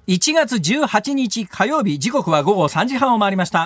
1月18日火曜日、時刻は午後3時半を回りました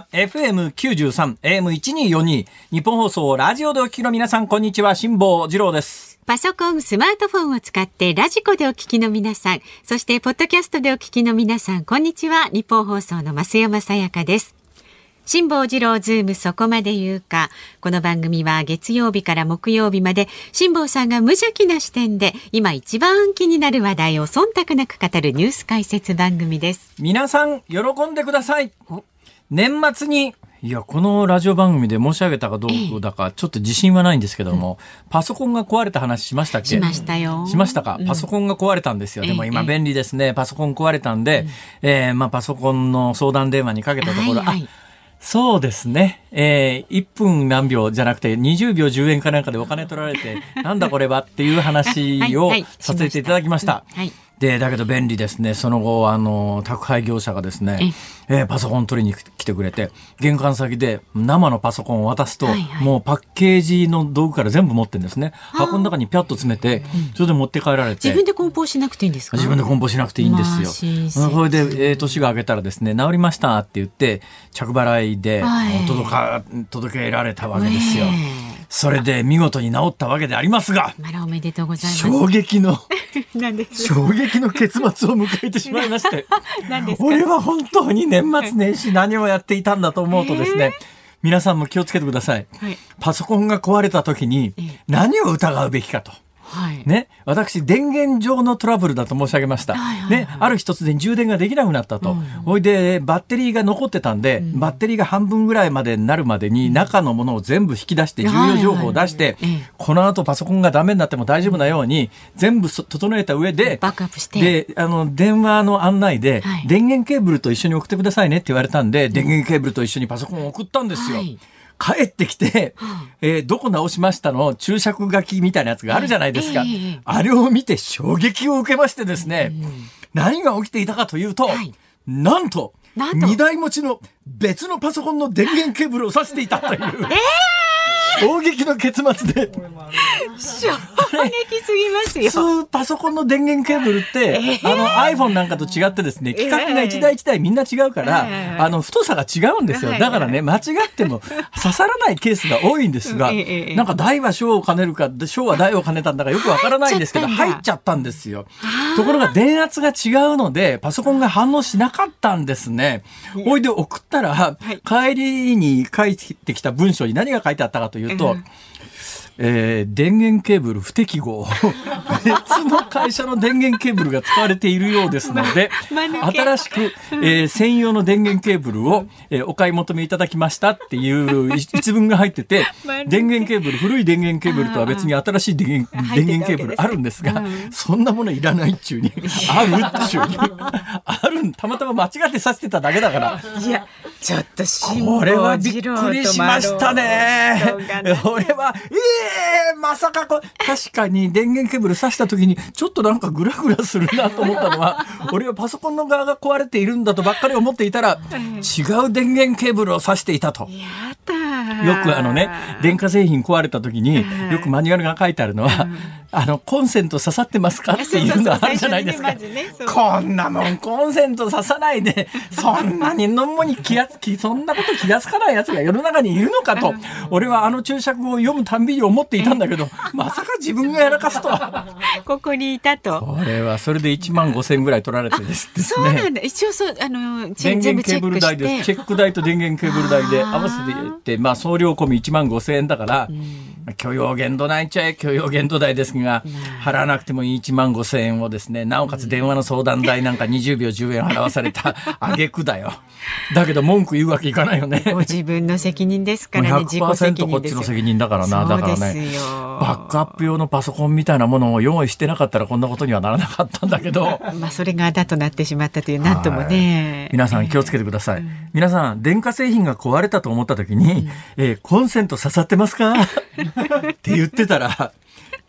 。FM93、AM1242、日本放送ラジオでお聞きの皆さん、こんにちは、辛坊治郎です。 パソコン、スマートフォンを使ってラジコでお聞きの皆さん、そしてポッドキャストでお聞きの皆さん、こんにちは。日本放送の増山さやかです。辛坊治郎ズームそこまで言うか。この番組は月曜日から木曜日まで辛坊さんが無邪気な視点で今一番気になる話題を忖度なく語るニュース解説番組です。 皆さん喜んでください。年末にこのラジオ番組で申し上げたかどうだかちょっと自信はないんですけども、パソコンが壊れた話しましたっけ？ しましたよ。 しましたか？パソコンが壊れたんですよ。でも今便利ですね。パソコン壊れたんで、パソコンの相談電話にかけたところ、そうですね、1分何秒じゃなくて20秒10円かなんかでお金取られてなんだこれはっていう話をさせていただきました。でだけど便利ですね。その後宅配業者がですね、パソコン取りに来てくれて、玄関先で生のパソコンを渡すと、もうパッケージの道具から全部持ってるんですね。箱の中にピャッと詰めて、それで持って帰られて。 自分で梱包しなくていいんですか？ 自分で梱包しなくていいんですよ。それで、年が明けたらですね、治りましたって言って着払いで届けられたわけですよ。それで見事に治ったわけでありますが、 おめでとうございます。 衝撃の何です衝撃の結末を迎えてしまいまして何ですか？ 俺は本当に年末年始何をやっていたんだと思うとですね、皆さんも気をつけてください。パソコンが壊れた時に何を疑うべきかと。私電源上のトラブルだと申し上げました。ある日突然充電ができなくなったと。ほいでバッテリーが残ってたんで、バッテリーが半分ぐらいまでになるまでに中のものを全部引き出して重要情報を出して、この後パソコンがダメになっても大丈夫なように全部整えた上でバックアップして、 で電話の案内で電源ケーブルと一緒に送ってくださいねって言われたんで、電源ケーブルと一緒にパソコンを送ったんですよ。帰ってきて、どこ直しましたの注釈書きみたいなやつがあるじゃないですか。あれを見て衝撃を受けましてですね、何が起きていたかというと、なんと2台持ちの別のパソコンの電源ケーブルを挿していたという、衝撃の結末で衝撃すぎますよ。 普通パソコンの電源ケーブルって、iPhone なんかと違ってですね、規格が一台一台みんな違うから、太さが違うんですよ。だからね、間違っても刺さらないケースが多いんですが、なんか大は小を兼ねるか小は大を兼ねたんだかよくわからないんですけど、入っちゃったんですよ。ところが電圧が違うのでパソコンが反応しなかったんですね。おいで送ったら、帰りに書いてきた文章に何が書いてあったかというと、電源ケーブル不適合別の会社の電源ケーブルが使われているようですので、新しく、専用の電源ケーブルを、お買い求めいただきましたっていう一文が入ってて電源ケーブル、古い電源ケーブルとは別に新しい電源ケーブルあるんですが、そんなものいらないっちゅうにあるっちゅうにある、たまたま間違って挿してただけだから。 いやちょっとこれはびっくりしましたね。俺はまさか確かに電源ケーブル挿した時にちょっとなんかグラグラするなと思ったのは俺はパソコンの側が壊れているんだとばっかり思っていたら、違う電源ケーブルを挿していたと。よく電化製品壊れた時によくマニュアルが書いてあるのは、コンセント刺さってますかっていうのあるじゃないですか。こんなもんコンセント刺さないでそんなにのんもにそんなこと気がつかないやつが世の中にいるのかと、俺は注釈を読むたんびに思っていたんだけど、まさか自分がやらかすとはここにいたと。 これはそれで1万5千円ぐらい取られてですね。 そうなんだ。一応そう電源ケーブル代です。チェック代と電源ケーブル代で合わせていって、送料込み1万5千円だから、許容限度ないっちゃ許容限度代ですが、払わなくてもいい1万5千円をですね、なおかつ電話の相談代なんか20秒10円払わされた挙句だよ。だけど文句言うわけいかないよね。 ご自分の責任ですからね。自己責任ですよ。100% こっちの責任だからな。だからね、バックアップ用のパソコンみたいなものを用意してなかったらこんなことにはならなかったんだけどそれがあだとなってしまったという、なんともね。 皆さん気をつけてください。皆さん電化製品が壊れたと思った時に、コンセント刺さってますかって言ってたら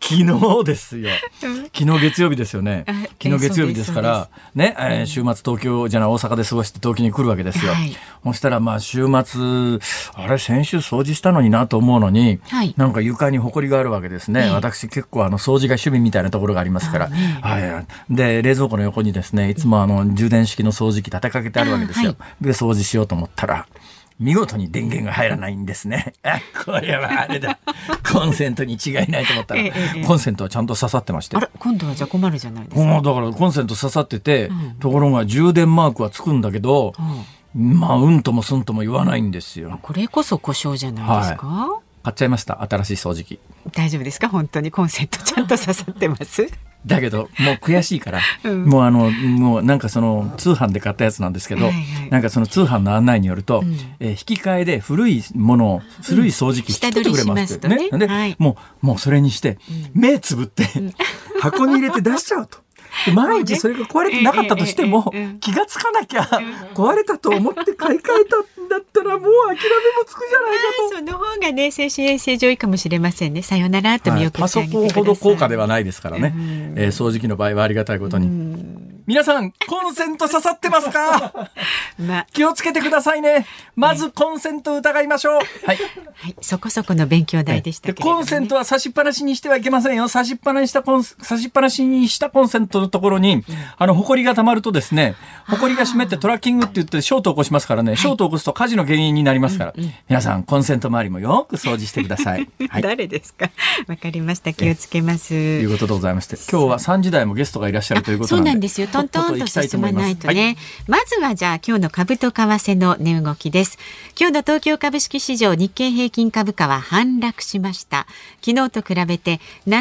昨日ですよ。昨日月曜日ですよね。昨日月曜日ですからね、週末東京じゃない大阪で過ごして東京に来るわけですよ。はい、そしたらまあ週末あれ先週掃除したのになと思うのに、はい、なんか床に埃があるわけですね。私結構掃除が趣味みたいなところがありますから、はい、で冷蔵庫の横にですねいつも充電式の掃除機立てかけてあるわけですよ。はい、で掃除しようと思ったら見事に電源が入らないんですね。これはあれだ。コンセントに違いないと思ったら、コンセントはちゃんと刺さってまして。 あれ今度はじゃ困るじゃないですか。 だからコンセント刺さってて、ところが充電マークはつくんだけど、まあうんともすんとも言わないんですよ。 これこそ故障じゃないですか。はい、 買っちゃいました。新しい掃除機。 大丈夫ですか？本当にコンセントちゃんと刺さってます？ だけどもう悔しいから、もうなんかその通販で買ったやつなんですけど、なんかその通販の案内によると、引き換えで古い掃除機引き取ってくれますってね。で、もうそれにして目つぶって箱に入れて出しちゃうと。毎日それが壊れてなかったとしても気がつかなきゃ壊れたと思って買い替えたんだったらもう諦めもつくじゃないかと。 その方がね精神衛生上いいかもしれませんね。さよならと見送ってあげてください。 パソコンほど高価ではないですからね。掃除機の場合はありがたいことに。皆さんコンセント刺さってますか？気をつけてくださいね。まずコンセント疑いましょう。はい、 はい、そこそこの勉強代でしたけれども、ね、 コンセントは差しっぱなしにしてはいけませんよ。差しっぱなしにしたコンセントのところに埃が溜まるとですね、埃が湿ってトラッキングって言ってショートを起こしますからね、ショートを起こすと火事の原因になりますから、皆さんコンセント周りもよく掃除してください。 はい、誰ですか？わかりました。気をつけます。ということでございまして、今日は3時台もゲストがいらっしゃるということなんで、 そうなんですよ。トントンと進まないとね。まずはじゃあ今日の株と為替の値動きです。今日の東京株式市場日経平均株価は反落しました。昨日と比べて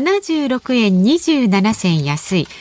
76円27銭安い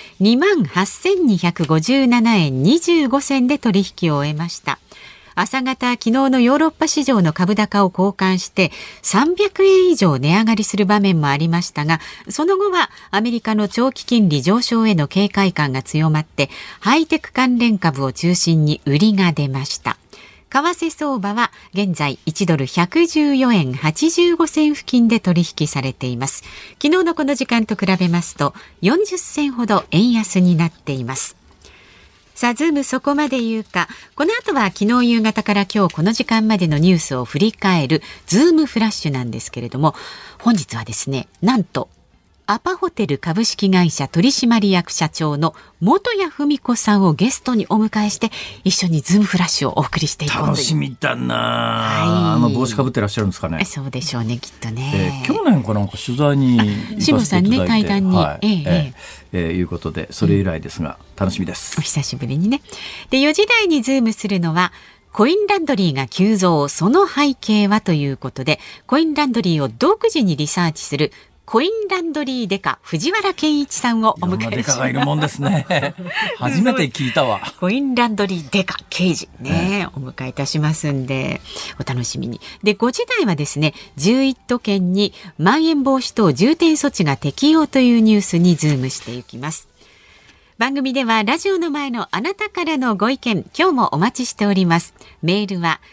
28,257 円25銭で取引を終えました。朝方、昨日のヨーロッパ市場の株高を好感して300円以上値上がりする場面もありましたが、その後はアメリカの長期金利上昇への警戒感が強まってハイテク関連株を中心に売りが出ました。為替相場は現在1ドル114円85銭付近で取引されています。昨日のこの時間と比べますと40銭ほど円安になっています。さあズームそこまで言うか。この後は昨日夕方から今日この時間までのニュースを振り返るズームフラッシュなんですけれども、本日はですね、なんとアパホテル株式会社取締役社長の本谷文子さんをゲストにお迎えして一緒にズームフラッシュをお送りしていこうという。 楽しみだな、はい、帽子かぶってらっしゃるんですかね。 そうでしょうね、きっとね。 去年かなんか取材に志保さんね、対談に、 いうことでそれ以来ですが、楽しみです。 お久しぶりにね。で4時台にズームするのはコインランドリーが急増、その背景はということで、コインランドリーを独自にリサーチするコインランドリーデカ藤原健一さんをお迎えします。 デカがいるもんですね。初めて聞いたわ。 コインランドリーデカ刑事ね、お迎えいたしますんでお楽しみに。で5時台はですね、11都県にまん延防止等重点措置が適用というニュースにズームしていきます。番組ではラジオの前のあなたからのご意見、今日もお待ちしております。メールは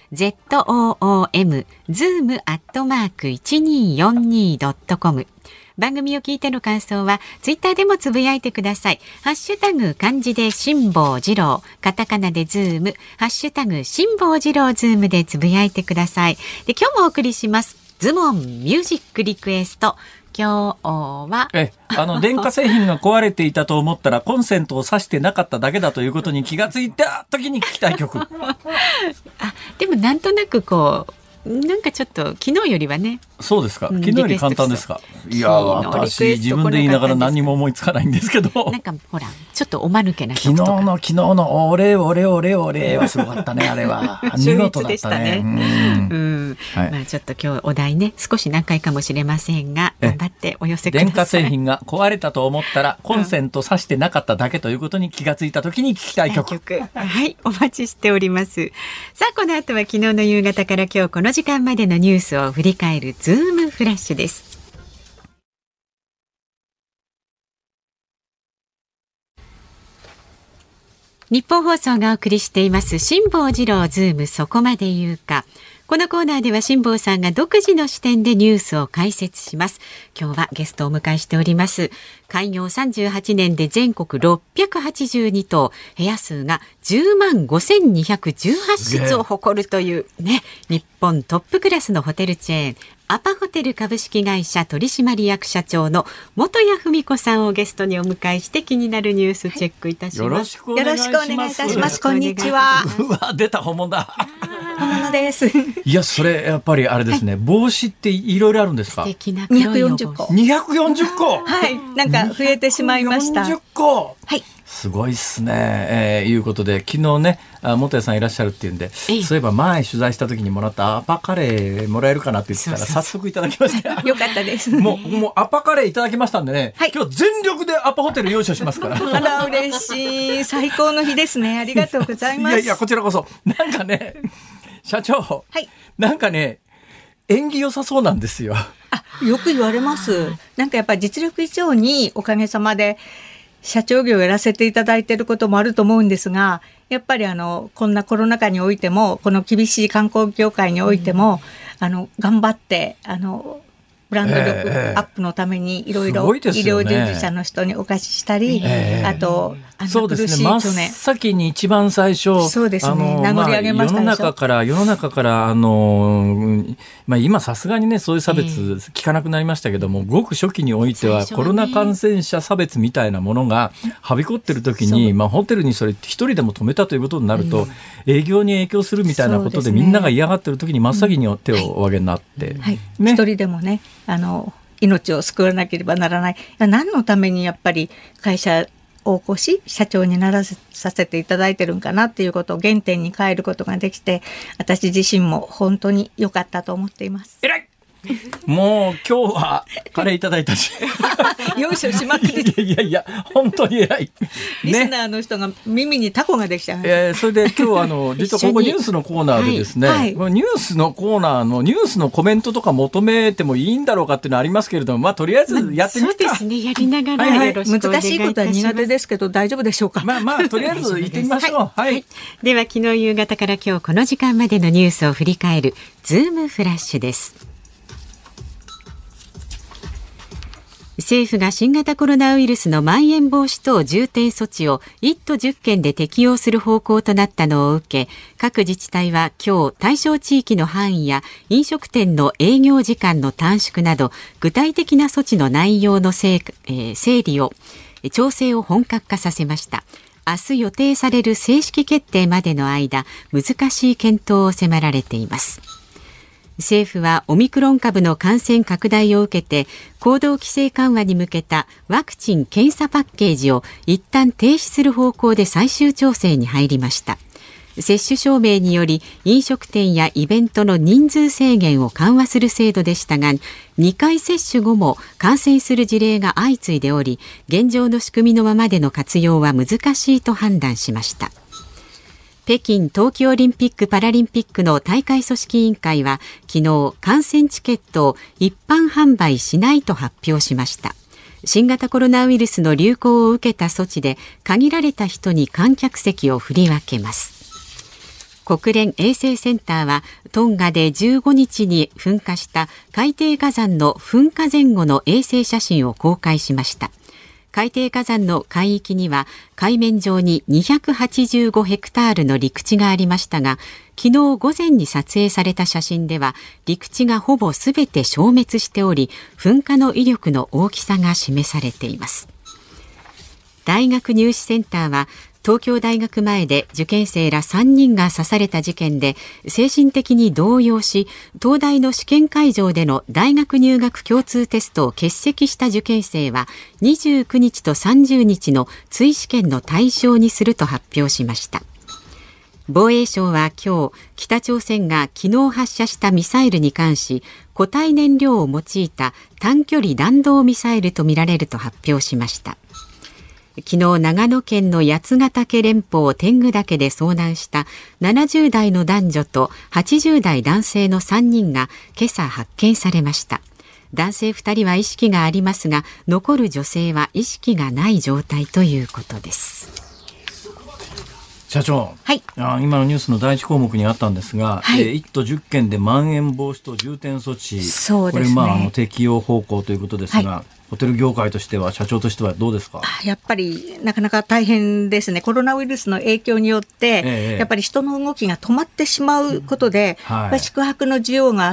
zoom@1242.com。番組を聞いての感想はツイッターでもつぶやいてください。ハッシュタグ漢字で辛坊治郎、カタカナでズーム、ハッシュタグ辛坊治郎ズームでつぶやいてください。で今日もお送りしますズモンミュージックリクエスト。今日は電化製品が壊れていたと思ったらコンセントを挿してなかっただけだということに気がついた時に聞きたい曲。 でもなんとなくこうなんかちょっと昨日よりはね。 そうですか。昨日より簡単ですか。いや私自分で言いながら何も思いつかないんですけど。 なんかほらちょっとおまぬけな曲とか。昨日のオレオレオレオレはすごかったねあれは。見事だったね。 まあちょっと今日お題ね少し難解かもしれませんが頑張ってお寄せください。 電化製品が壊れたと思ったらコンセント挿してなかっただけということに気がついた時に聞きたい曲。 はいお待ちしております。さあこの後は昨日の夕方から今日この時間までのニュースを振り返るズームフラッシュです。 日本放送がお送りしています辛坊治郎ズームそこまで言うか。このコーナーでは辛坊さんが独自の視点でニュースを解説します。今日はゲストをお迎えしております。開業38年で全国682棟、部屋数が10万5218室を誇るというね、日本トップクラスのホテルチェーンアパホテル株式会社取締役社長の本谷文子さんをゲストにお迎えして気になるニュースチェックいたします。 よろしくお願いします。 よろしくお願いいたします。こんにちは。 うわ、出た本物だ。 本物です。 いや、それやっぱりあれですね、帽子っていろいろあるんですか。 素敵な黒いお帽子。 240個。 240個。 はい、なんか増えてしまいました。 240個。 はい。 すごいっすね。いうことで昨日ね、本谷さんいらっしゃるっていうんで、そういえば前取材した時にもらったアパカレーもらえるかなって言ってたら早速いただきました。 よかったです。 もうアパカレーいただきましたんでね、 はい、 今日全力でアパホテル用意しますから。 あら嬉しい、最高の日ですね。ありがとうございます。 いやこちらこそ。なんかね、社長、 はい、 なんかね、縁起良さそうなんですよ。 よく言われます。なんかやっぱり実力以上におかげさまで社長業をやらせていただいていることもあると思うんですが、やっぱりこんなコロナ禍においても、この厳しい観光業界においても、頑張ってブランド力アップのためにいろいろ医療従事者の人にお貸ししたり、あとそうですね、真っ先に一番最初、 そうですね、名乗り上げましたでしょ。 世の中から今さすがにね、そういう差別聞かなくなりましたけども、ごく初期においてはコロナ感染者差別みたいなものがはびこってる時に、ホテルにそれ一人でも止めたということになると、営業に影響するみたいなことで、みんなが嫌がってる時に真っ先に手をお上げになって、 一人でもね、命を救わなければならない。何のためにやっぱり会社を起こし社長にならさせていただいてるんかなっていうことを原点に変えることができて、私自身も本当に良かったと思っています。 偉い。もう今日はカレーいただいたしよいしょしまくり。 いや本当に偉い、ね、 リスナーの人が耳にタコができちゃう、 それで今日実はここニュースのコーナーでですね、ニュースのコーナーのニュースのコメントとか求めてもいいんだろうかっていうのはありますけれども、とりあえずやってみるか。 そうですね、やりながらよろしくお願いいたします。 難しいことは苦手ですけど大丈夫でしょうか。 とりあえず行ってみましょう。 では昨日夕方から今日この時間までのニュースを振り返るズームフラッシュです。政府が新型コロナウイルスのまん延防止等重点措置を1都10県で適用する方向となったのを受け、各自治体は今日対象地域の範囲や飲食店の営業時間の短縮など具体的な措置の内容の整理を調整を本格化させました。明日予定される正式決定までの間、難しい検討を迫られています。政府はオミクロン株の感染拡大を受けて行動規制緩和に向けたワクチン・検査パッケージを一旦停止する方向で最終調整に入りました。接種証明により飲食店やイベントの人数制限を緩和する制度でしたが、2回接種後も感染する事例が相次いでおり、現状の仕組みのままでの活用は難しいと判断しました。北京冬季オリンピック・パラリンピックの大会組織委員会は昨日、観戦チケットを一般販売しないと発表しました。新型コロナウイルスの流行を受けた措置で限られた人に観客席を振り分けます。国連衛星センターはトンガで15日に噴火した海底火山の噴火前後の衛星写真を公開しました。海底火山の海域には海面上に285ヘクタールの陸地がありましたが、昨日午前に撮影された写真では陸地がほぼすべて消滅しており、噴火の威力の大きさが示されています。大学入試センターは東京大学前で受験生ら3人が刺された事件で精神的に動揺し、東大の試験会場での大学入学共通テストを欠席した受験生は29日と30日の追試験の対象にすると発表しました。防衛省は今日、北朝鮮が昨日発射したミサイルに関し、固体燃料を用いた短距離弾道ミサイルとみられると発表しました。昨日、長野県の八ヶ岳連峰天狗岳で遭難した70代の男女と80代男性の3人が今朝発見されました。男性2人は意識がありますが、残る女性は意識がない状態ということです。 社長、 はい、 今のニュースの第一項目にあったんですが、 はい、 1都10県でまん延防止等重点措置、 そうですね、 これ適用方向ということですが、はい、ホテル業界としては、社長としてはどうですか？ やっぱりなかなか大変ですね。コロナウイルスの影響によって、やっぱり人の動きが止まってしまうことで、はい、宿泊の需要が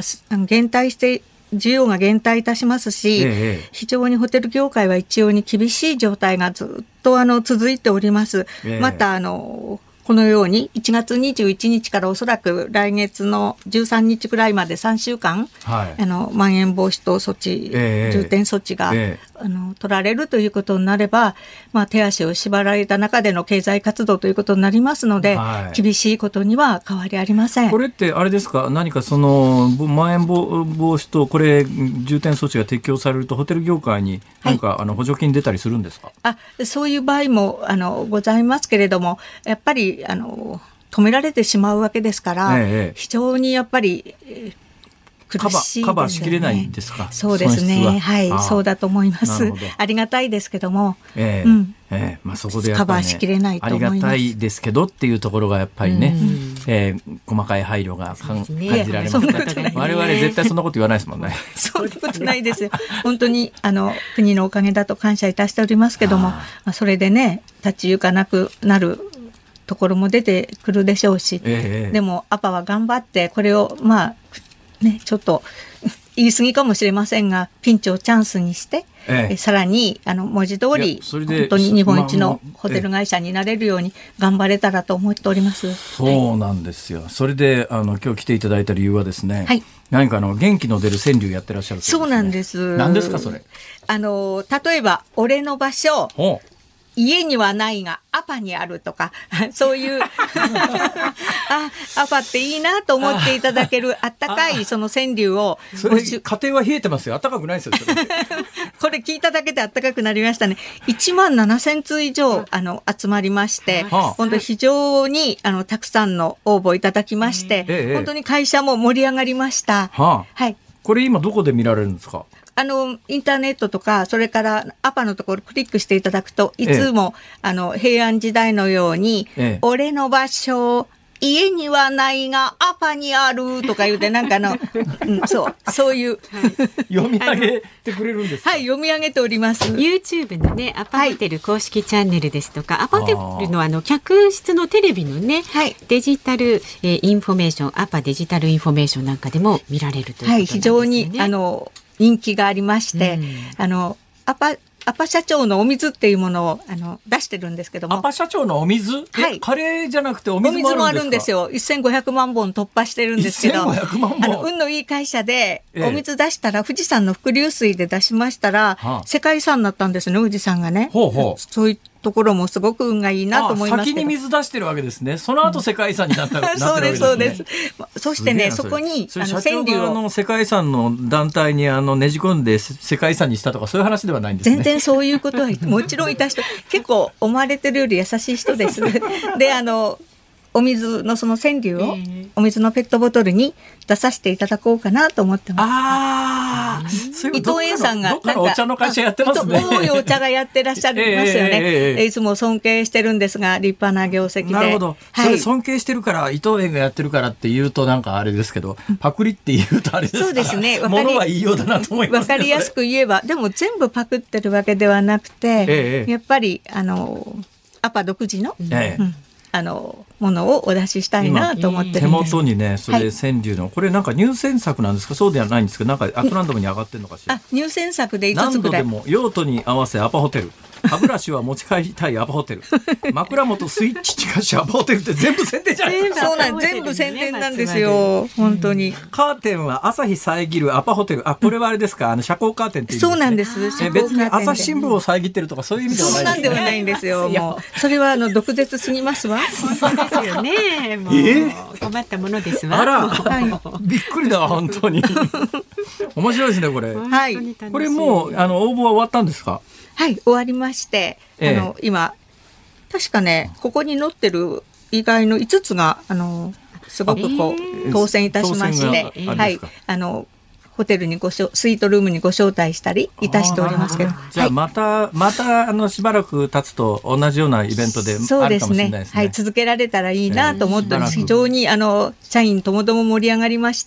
減退いたしますし、非常にホテル業界は一様に厳しい状態がずっと続いております。またこのように1月21日からおそらく来月の13日くらいまで3週間、はい、まん延防止等措置、重点措置が、取られるということになれば、手足を縛られた中での経済活動ということになりますので、はい、厳しいことには変わりありません。 これってあれですか、何かそのまん延防止とこれ重点措置が適用されるとホテル業界に何か、補助金出たりするんですか？ そういう場合もございますけれども、やっぱり止められてしまうわけですから、非常にやっぱり苦しいですね。 カバーしきれないんですか？ そうですね、はい、そうだと思います。ありがたいですけども、 そこでやっぱり、ね、 カバーしきれないと思います。 ありがたいですけどっていうところがやっぱりね、細かい配慮が感じられますね。我々絶対そんなこと言わないですもんね。 そんなことないですよ。本当に国のおかげだと感謝いたしておりますけども、それでね、立ち行かなくなるところも出てくるでしょうし、でもアパは頑張ってこれをちょっと言い過ぎかもしれませんが、ピンチをチャンスにして、さらに文字通り本当に日本一のホテル会社になれるように頑張れたらと思っております。 そうなんですよ。それで今日来ていただいた理由はですね、はい、何か元気の出る川柳やってらっしゃるそうですね。 そうなんです。 何ですかそれ？ 例えば俺の場所家にはないがアパにあるとか、そういうアパっていいなと思っていただけるあったかいその川柳を家庭は冷えてますよ。あったかくないですよ。 これ聞いただけであったかくなりましたね。17,000通以上集まりまして、本当非常にたくさんの応募いただきまして、本当に会社も盛り上がりました。はい。 これ今どこで見られるんですか？ インターネットとか、それからアパのところクリックしていただくと、いつも、平安時代のように、俺の場所、家にはないがアパにあるとか言うて、なんかそういう。 読み上げてくれるんですか？ はい、読み上げております。 YouTube のね、アパホテル公式チャンネルですとか、アパホテルの客室のテレビのね、デジタル、インフォメーション、アパデジタルインフォメーションなんかでも見られるということなんですね。はい、非常に、 人気がありまして、アパ社長のお水っていうものを出してるんですけども。 アパ社長のお水？はい。カレーじゃなくてお水もあるんですか？ お水もあるんですよ。1500万本突破してるんですけど。 1500万本。 運のいい会社でお水出したら、富士山の伏流水で出しましたら、世界遺産になったんですね、富士山がね。そういうところもすごく運がいいなと思いますけど。 先に水出してるわけですね。その後世界遺産になったわけですね。 そうです、そうです。そしてね、そこに川柳を世界遺産の団体にねじ込んで世界遺産にしたとかそういう話ではないんですね。 全然そういうことはもちろんいた人、結構思われてるより優しい人です。で、お水のその川柳をお水のペットボトルに出させていただこうかなと思ってます。伊藤園さんがなんかお茶の会社やってますね。 多いお茶がやってらっしゃいますよね。いつも尊敬してるんですが立派な業績で。 なるほど。それ尊敬してるから伊藤園がやってるからって言うとなんかあれですけど、パクリって言うとあれですから。 そうですね。 物は言いようだなと思います。 わかりやすく言えば、でも全部パクってるわけではなくて、やっぱりアパ独自の。ものをお出ししたいなと思ってるんです。 手元にね、それ川柳の、これなんか入選作なんですか？そうではないんですけど、なんかアットランダムに上がってるのかしら。 入選作で5つぐらい。 何度でも用途に合わせアパホテル。歯ブラシは持ち帰りたいアパホテル。枕元スイッチ近しアパホテルって全部宣伝じゃないですか。 そうなん、全部宣伝なんですよ。本当に。 カーテンは朝日遮るアパホテル。これはあれですか？遮光カーテンっていう、 そうなんです。 別に朝日新聞を遮ってるとかそういう意味ではないですね。 そうなんではないんですよ。もうそれは毒舌すぎますわ。 そうですよね。もう困ったものですわ。 あら、びっくりだわ本当に。面白いですねこれ。 はい。 これもう応募は終わったんですか？ はい、終わりまして、今確かね、ここに載ってる以外の5つがすごく当選いたしまして、はい、 ホテルにスイートルームにご招待したりいたしておりますけど。 じゃあまたしばらく経つと同じようなイベントであるかもしれないですね。そうですね。 はい、続けられたらいいなと思っております。非常に社員ともども盛り上がりまして、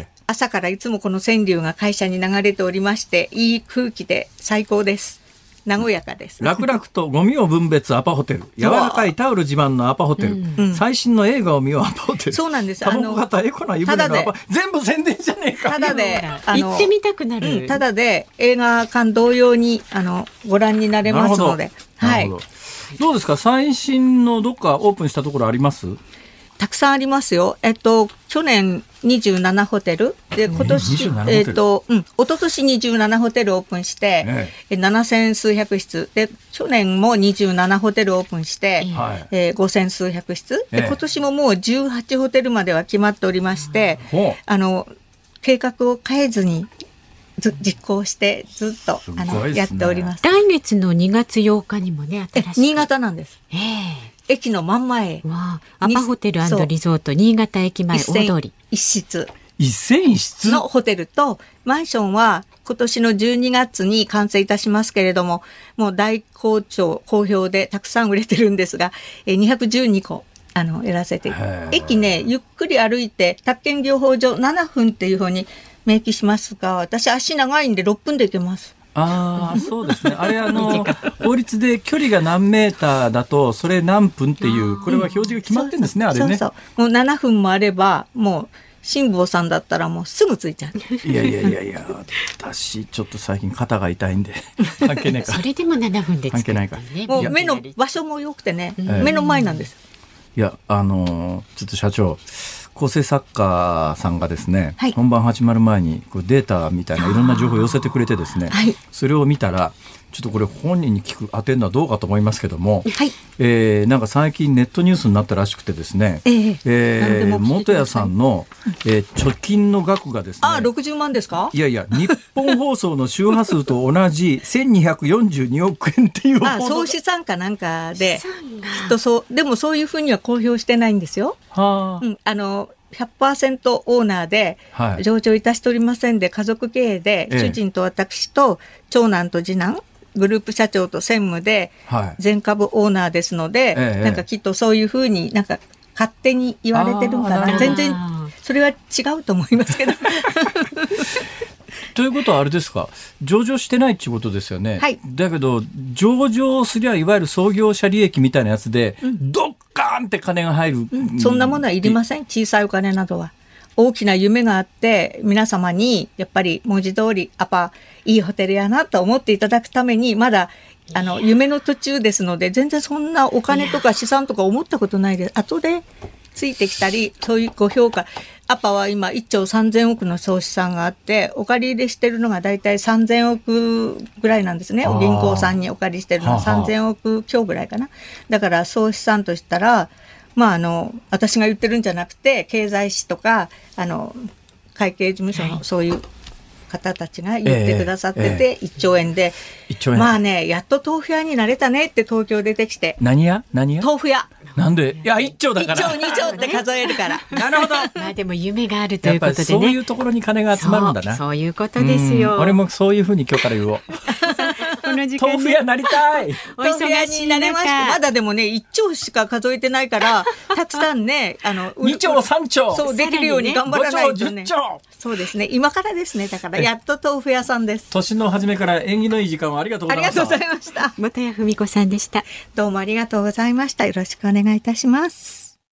朝からいつもこの川柳が会社に流れておりまして、いい空気で最高です。和やかです。 楽々とゴミを分別アパホテル、柔らかいタオル自慢のアパホテル、最新の映画を見ようアパホテル。 そうなんです。 タバコ型エコな湯船のアパ、全部宣伝じゃねえか。 ただで行ってみたくなる。 ただで映画館同様にご覧になれますので。はい。 どうですか、最新のどっかオープンしたところあります？ たくさんありますよ。去年27ホテルで、今年、一昨年27ホテルオープンして、7000数百室で、去年も27ホテルオープンして、5000数百室で、今年ももう18ホテルまでは決まっておりまして、計画を変えずに実行してずっとやっております。 来月の2月8日にもね、新しい新潟なんです。駅の真ん前。 アパホテル&リゾート新潟駅前大通り。 一室。 1000室のホテルと、マンションは今年の12月に完成いたしますけれども、もう大好評でたくさん売れてるんですが、212個。やらせて。駅ね、ゆっくり歩いて、宅建業法上7分っていうふうに明記しますが、私足長いんで6分で行けます。 そうですね。あれ法律で距離が何メーターだとそれ何分っていうこれは表示が決まってるんですね。あれね。 そうもう7分もあればもう辛坊さんだったらもうすぐ着いちゃう。 いや私ちょっと最近肩が痛いんで関係ないか。 それでも7分で着く、 関係ないか。 もう目の場所も良くてね、目の前なんです。 いやちょっと社長。構成作家さんがですね、本番始まる前にこうデータみたいないろんな情報を寄せてくれてですね、それを見たらちょっとこれ本人に当てるのはどうかと思いますけども、なんか最近ネットニュースになったらしくてですね、元谷さんの、貯金の額がですね、 60万ですか？ いや日本放送の周波数と同じ1242億円っていう総資産かなんかできっとそう。でもそういうふうには公表してないんですよ。100% オーナーで上場いたしておりませんで、家族経営で、主人と私と長男と次男グループ社長と専務で全株オーナーですので、なんかきっとそういうふうになんか勝手に言われてるんかな。全然それは違うと思いますけどということはあれですか、上場してないっていうことですよね。だけど上場すりゃいわゆる創業者利益みたいなやつで、ドッカーンって金が入る、 そんなものはいりません。小さいお金などは。大きな夢があって皆様にやっぱり文字通りいいホテルやなと思っていただくために、まだ夢の途中ですので、全然そんなお金とか資産とか思ったことないです。後でついてきたり、そういうご評価。アパは今1兆3000億の総資産があって、お借り入れしてるのがだいたい3000億ぐらいなんですね。銀行さんにお借りしてるのは3000億強ぐらいかな。だから総資産としたら、私が言ってるんじゃなくて、経済誌とか会計事務所のそういう方たちが言ってくださってて、1兆円で、やっと豆腐屋になれたねって東京出てきて。 何屋豆腐屋。 なんで？いや、1兆だから。 1兆2兆って数えるから。 なるほど。 でも夢があるということでね。 そういうところに金が集まるんだな。 そういうことですよ。 俺もそういうふうに今日から言おう。豆腐屋なりたい。 豆腐屋になれました。まだでもね、1兆しか数えてないから、たくさんね、 2兆3兆。 そうできるように頑張らないとね。 5兆10兆。 そうですね。今からですね。だからやっと豆腐屋さんです。 年の初めから縁起のいい時間をありがとうございました。 ありがとうございました。 元谷文子さんでした。 どうもありがとうございました。よろしくお願いいたします。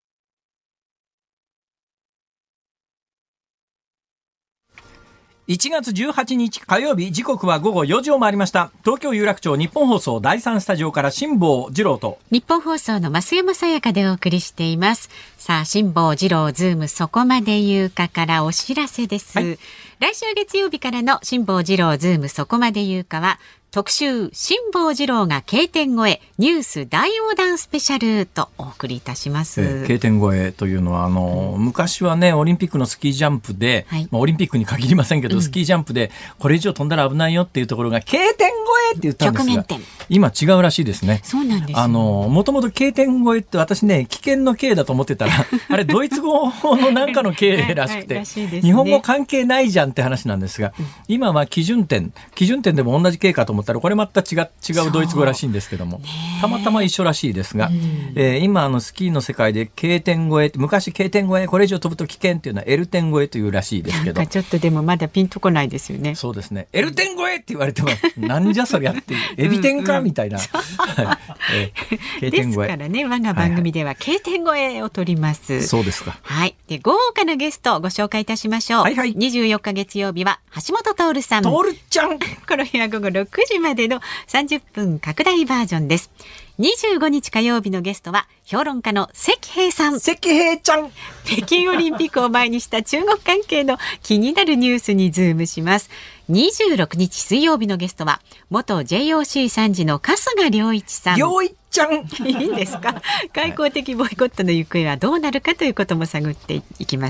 1月18日火曜日、時刻は午後4時を回りました。東京有楽町日本放送第3スタジオから辛坊治郎と日本放送の増山さやかでお送りしています。さあ、辛坊治郎ズームそこまで言うかからお知らせです。来週月曜日からの辛坊治郎ズームそこまで言うかは、 特集辛坊治郎が K 点越えニュース大横断スペシャルとお送りいたします。 K 点越えというのは昔はねオリンピックのスキージャンプで、はい、オリンピックに限りませんけど、スキージャンプでこれ以上飛んだら危ないよっていうところが K 点越えって言ったんですが、今違うらしいですね。 そうなんです。 もともと K 点越えって私ね危険の K だと思ってたらあれドイツ語のなんかの K らしくて、はいはいね、日本語関係ないじゃんって話なんですが、今は基準点でも同じ K かと思ったらこれまた違うドイツ語らしいんですけども、たまたま一緒らしいですが、今スキーの世界で K 点越え、昔 K 点越えこれ以上飛ぶと危険っていうのは L 点越えというらしいですけど、 なんかちょっとでもまだピンとこないですよね。 そうですね、 L 点越えって言われてもなんじゃそりゃっていうエビ点かみたいなK 点ですからね、我が番組では K 点越えを取ります、はいはい、そうですか。はい、で豪華なゲストをご紹介いたしましょう、はいはい、24日月曜日は橋本徹さん、 徹ちゃんこの日は午後6時までの30分拡大バージョンです。25日火曜日のゲストは評論家の関平さん。 関平ちゃん。 北京オリンピックを前にした中国関係の気になるニュースにズームします。26日水曜日のゲストは元 JOC 参事の春日良一さん。 良一ちゃん。 いいんですか。外交的ボイコットの行方はどうなるかということも探っていきます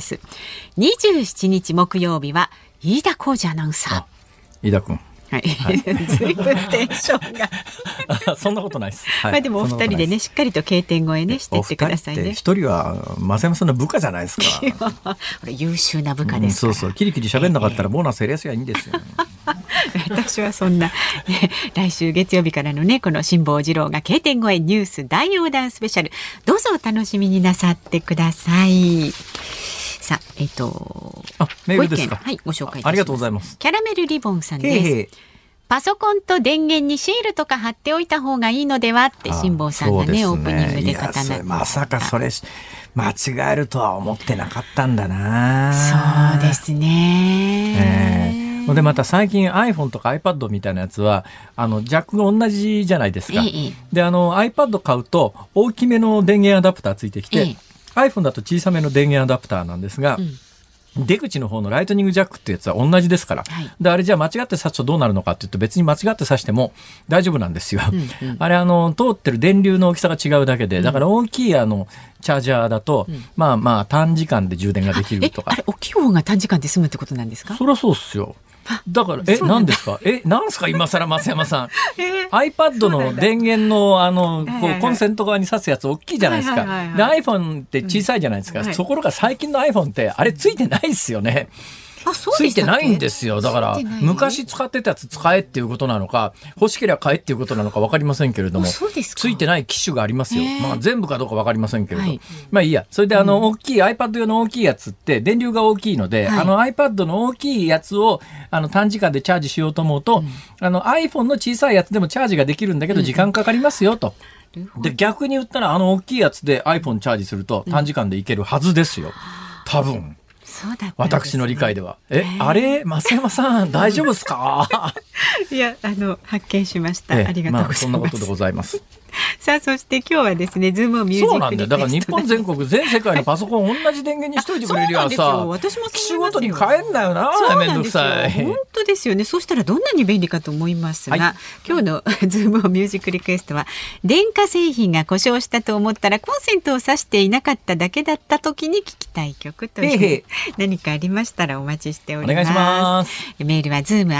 。27日木曜日は飯田浩二アナウンサー。飯田君。 はい、ずいぶんテンションがそんなことないです、 はい、まあでもお二人でねしっかりとK点越えねしていってくださいね。 一人は増山さんの部下じゃないですか。 これ優秀な部下ですから、 そうそうキリキリ喋んなかったらボーナスやりやすいいいんですよ、 私はそんな、来週月曜日からのねこの辛坊治郎がK点越えニュース大横断スペシャル、どうぞお楽しみになさってください。さあ、 メールですか。 はい、ご紹介いたします。 ありがとうございます。 キャラメルリボンさんです。パソコンと電源にシールとか貼っておいた方がいいのではって辛坊さんが ねオープニングで語られて、 まさかそれ間違えるとは思ってなかったんだな。 そうですね、 でまた最近 iPhone とか iPad みたいなやつはジャックが同じじゃないですか、でiPad 買うと大きめの電源アダプターついてきて、iPhone だと小さめの電源アダプターなんですが、出口の方のライトニングジャックってやつは同じですから、であれじゃあ間違って挿すとどうなるのかって言うと別に間違って挿しても大丈夫なんですよ、あれ通ってる電流の大きさが違うだけで、だから大きいチャージャーだと、まあ短時間で充電ができるとか。 あれ大きい方が短時間で済むってことなんですか。 そりゃそうっすよ。だから何ですか何ですか今更増山さん、iPad の電源のコンセント側に挿すやつ大きいじゃないですか、で iPhone って小さいじゃないですか、ところが最近の iPhone ってあれついてないですよね。ついてないんですよ。だから昔使ってたやつ使えっていうことなのか欲しければ買えっていうことなのか分かりませんけれども、ついてない機種がありますよ、全部かどうか分かりませんけれど、まあいいや。それで大きい iPad 用の大きいやつって電流が大きいので、iPad の大きいやつを短時間でチャージしようと思うと、iPhone の小さいやつでもチャージができるんだけど時間かかりますよと、で逆に言ったら大きいやつで iPhone チャージすると短時間でいけるはずですよ、多分。私の理解では。あれ増山さん大丈夫ですか。 いや発見しました、ありがとうございます、 そんなことでございます。 さあそして今日はですねズームをミュージックリクエスト、 そうなんだよ。だから日本全国全世界のパソコン同じ電源にしといてくれるやさ、機種ごとに変えんなよな。めんどくさい。 本当ですよね。そうしたらどんなに便利かと思いますが、今日のズームをミュージックリクエストは、電化製品が故障したと思ったらコンセントを挿していなかっただけだった時に聞きたい曲という、何かありましたらお待ちしております。 お願いします。 メールは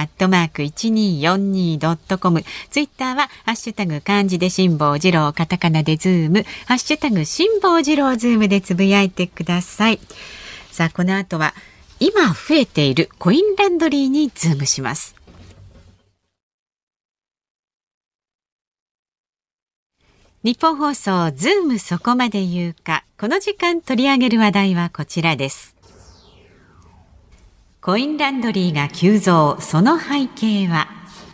zoom@1242.com、 ツイッターはハッシュタグ漢字で辛坊治郎、カタカナでズーム、ハッシュタグ辛坊治郎ズームでつぶやいてください。さあこの後は今増えているコインランドリーにズームします。日本放送ズームそこまで言うか。この時間取り上げる話題はこちらです。コインランドリーが急増、その背景は。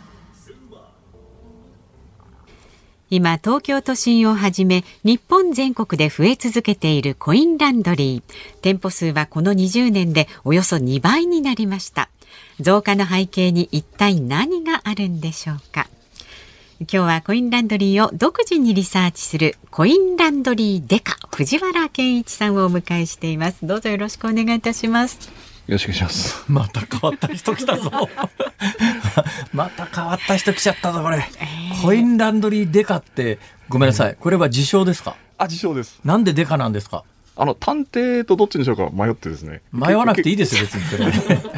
今東京都心をはじめ日本全国で増え続けているコインランドリー。店舗数はこの20年でおよそ2倍になりました。増加の背景に一体何があるんでしょうか。今日はコインランドリーを独自にリサーチするコインランドリーデカ藤原健一さんをお迎えしています。どうぞよろしくお願いいたします。 よろしくお願いします。 また変わった人来たぞまた変わった人来ちゃったぞこれ、コインランドリーデカって、ごめんなさい、これは自称ですか？ 自称です。 なんでデカなんですか？ 探偵とどっちにしようか迷ってですね。 迷わなくていいですよ別にそれ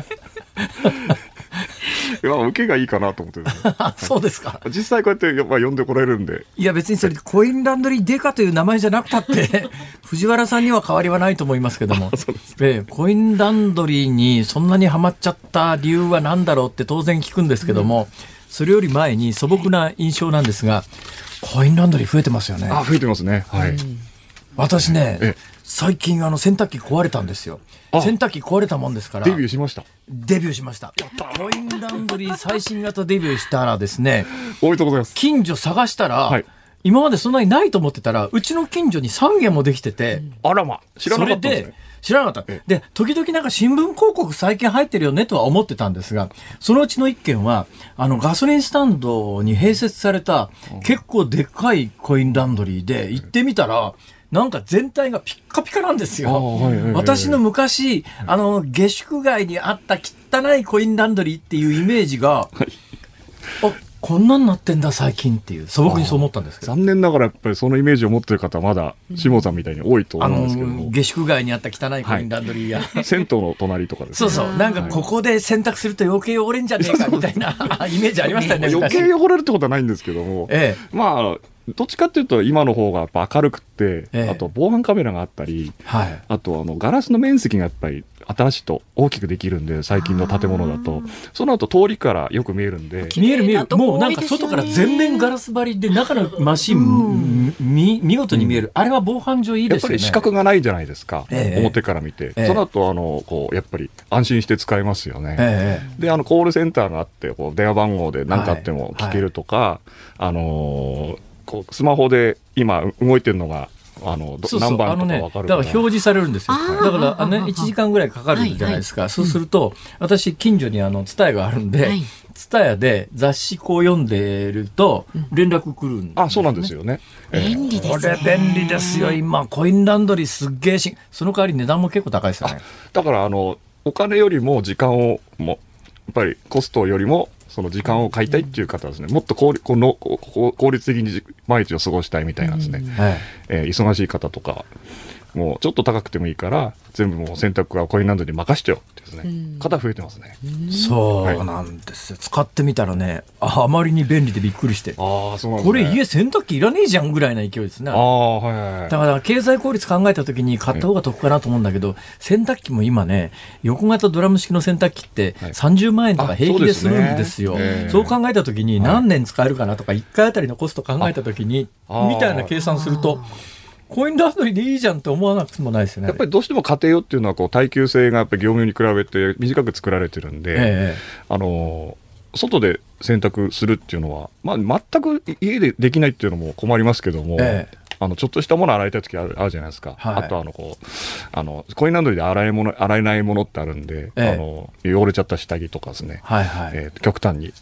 受けがいいかなと思ってですねそうですか。 実際こうやって呼んでこられるんで。 いや別にそれコインランドリーデカという名前じゃなくたって藤原さんには変わりはないと思いますけどもコインランドリーにそんなにハマっちゃった理由は何だろうって当然聞くんですけども、それより前に素朴な印象なんですが、コインランドリー増えてますよね。 増えてますね。はい。 私ね、最近洗濯機壊れたんですよ。洗濯機壊れたもんですからデビューしました。 コインランドリー最新型デビューしたらですね、 おめでとうございます。 近所探したら、今までそんなにないと思ってたら、うちの近所に3軒もできてて、 あらま、知らなかったですね。 知らなかった。で、時々なんか新聞広告最近入ってるよねとは思ってたんですが、そのうちの1軒はガソリンスタンドに併設された結構でっかいコインランドリーで、行ってみたらなんか全体がピッカピカなんですよ。私の昔下宿街にあった汚いコインランドリーっていうイメージが、こんなになってんだ最近っていう素朴にそう思ったんですけど、 残念ながらやっぱりそのイメージを持っている方はまだ下さんみたいに多いと思うんですけども、 下宿街にあった汚いコインランドリーや、 銭湯の隣とかですね。 そうなんかここで洗濯すると余計汚れんじゃねえかみたいなイメージありましたよね。 余計汚れるってことはないんですけども、まあどっちかっていうと今の方がやっぱ明るくて、あと防犯カメラがあったり、あとガラスの面積がやっぱり新しいと大きくできるんで、最近の建物だとその後通りからよく見えるんで、 見えるもうなんか外から全面ガラス張りで中のマシン見事に見える、あれは防犯上いいですよね。 やっぱり視覚がないじゃないですか、表から見て、その後こうやっぱり安心して使えますよね。でコールセンターがあって、こう電話番号で何かあっても聞けるとか、こうスマホで今動いてるのが何番とか分かるから、 だから表示されるんですよ。だから1時間ぐらいかかるじゃないですか。そうすると私近所にTSUTAYAがあるんで、TSUTAYAで雑誌こう読んでると連絡来るんですよね。 そうなんですよね。 便利ですね。 これ便利ですよ。今コインランドリーすっげえその代わり値段も結構高いですよね。 だからお金よりも時間をやっぱりコストよりもその時間を買いたいっていう方はですね、もっと効率的に毎日を過ごしたいみたいなんですね。忙しい方とかもうちょっと高くてもいいから全部もう洗濯はコインランドリーに任せてよってですね、方増えてますね。 そうなんですよ。使ってみたらね、あまりに便利でびっくりして、 そうなんですね、 これ家洗濯機いらねえじゃんぐらいな勢いですね。だから経済効率考えた時に買った方が得かなと思うんだけど、洗濯機も今ね、横型ドラム式の洗濯機って30万円とか平気でするんですよ。そう考えた時に何年使えるかなとか、1回あたりのコスト考えた時にみたいな計算すると、コインランドリーでいいじゃんって思わなくてもないですよね。やっぱりどうしても家庭用っていうのは耐久性がやっぱり業務用に比べて短く作られてるんで、外で洗濯するっていうのは、全く家でできないっていうのも困りますけども、ちょっとしたもの洗いたい時あるじゃないですか。あとコインランドリーで洗えないものってあるんで、汚れちゃった下着とかですね、極端に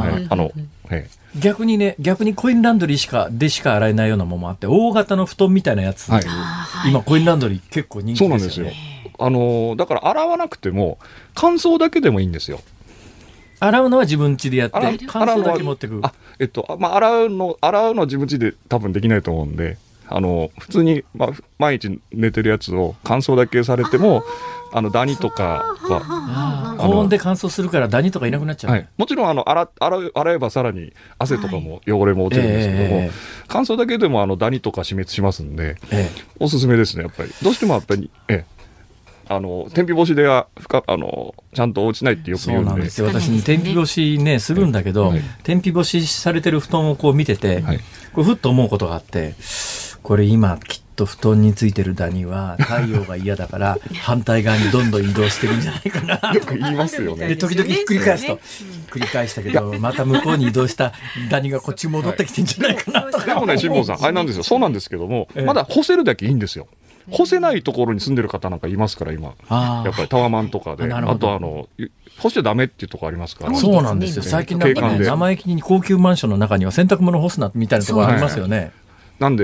逆にコインランドリーでしか洗えないようなものもあって、大型の布団みたいなやつ、今コインランドリー結構人気ですよね。 そうなんですよ。だから洗わなくても乾燥だけでもいいんですよ。 洗うのは自分家でやって乾燥だけ持ってくる。 洗うのは自分家で多分できないと思うんで、普通に、毎日寝てるやつを乾燥だけされてもダニとかは高温で乾燥するからダニとかいなくなっちゃう、 もちろん洗えばさらに汗とかも汚れも落ちるんですけども、乾燥だけでもダニとか死滅しますんで、おすすめですね。やっぱりどうしてもやっぱり天日干しではちゃんと落ちないってよく言うんで。 そうなんですよ。私天日干しねするんだけど、天日干しされてる布団をこう見てて、これふっと思うことがあって、これ今きっと布団についてるダニは太陽が嫌だから反対側にどんどん移動してるんじゃないかなよく言いますよね。 で時々ひっくり返すと、繰り返したけどまた向こうに移動したダニがこっち戻ってきてんじゃないかなとか、 でもね、辛坊さんあれなんですよ。そうなんですけども、まだ干せるだけいいんですよ。干せないところに住んでる方なんかいますから今、やっぱりタワマンとかで、あと干しちゃダメっていうところありますから。 そうなんですよ。最近なんかね、生意気に高級マンションの中には洗濯物干すなみたいなところありますよね。 なんで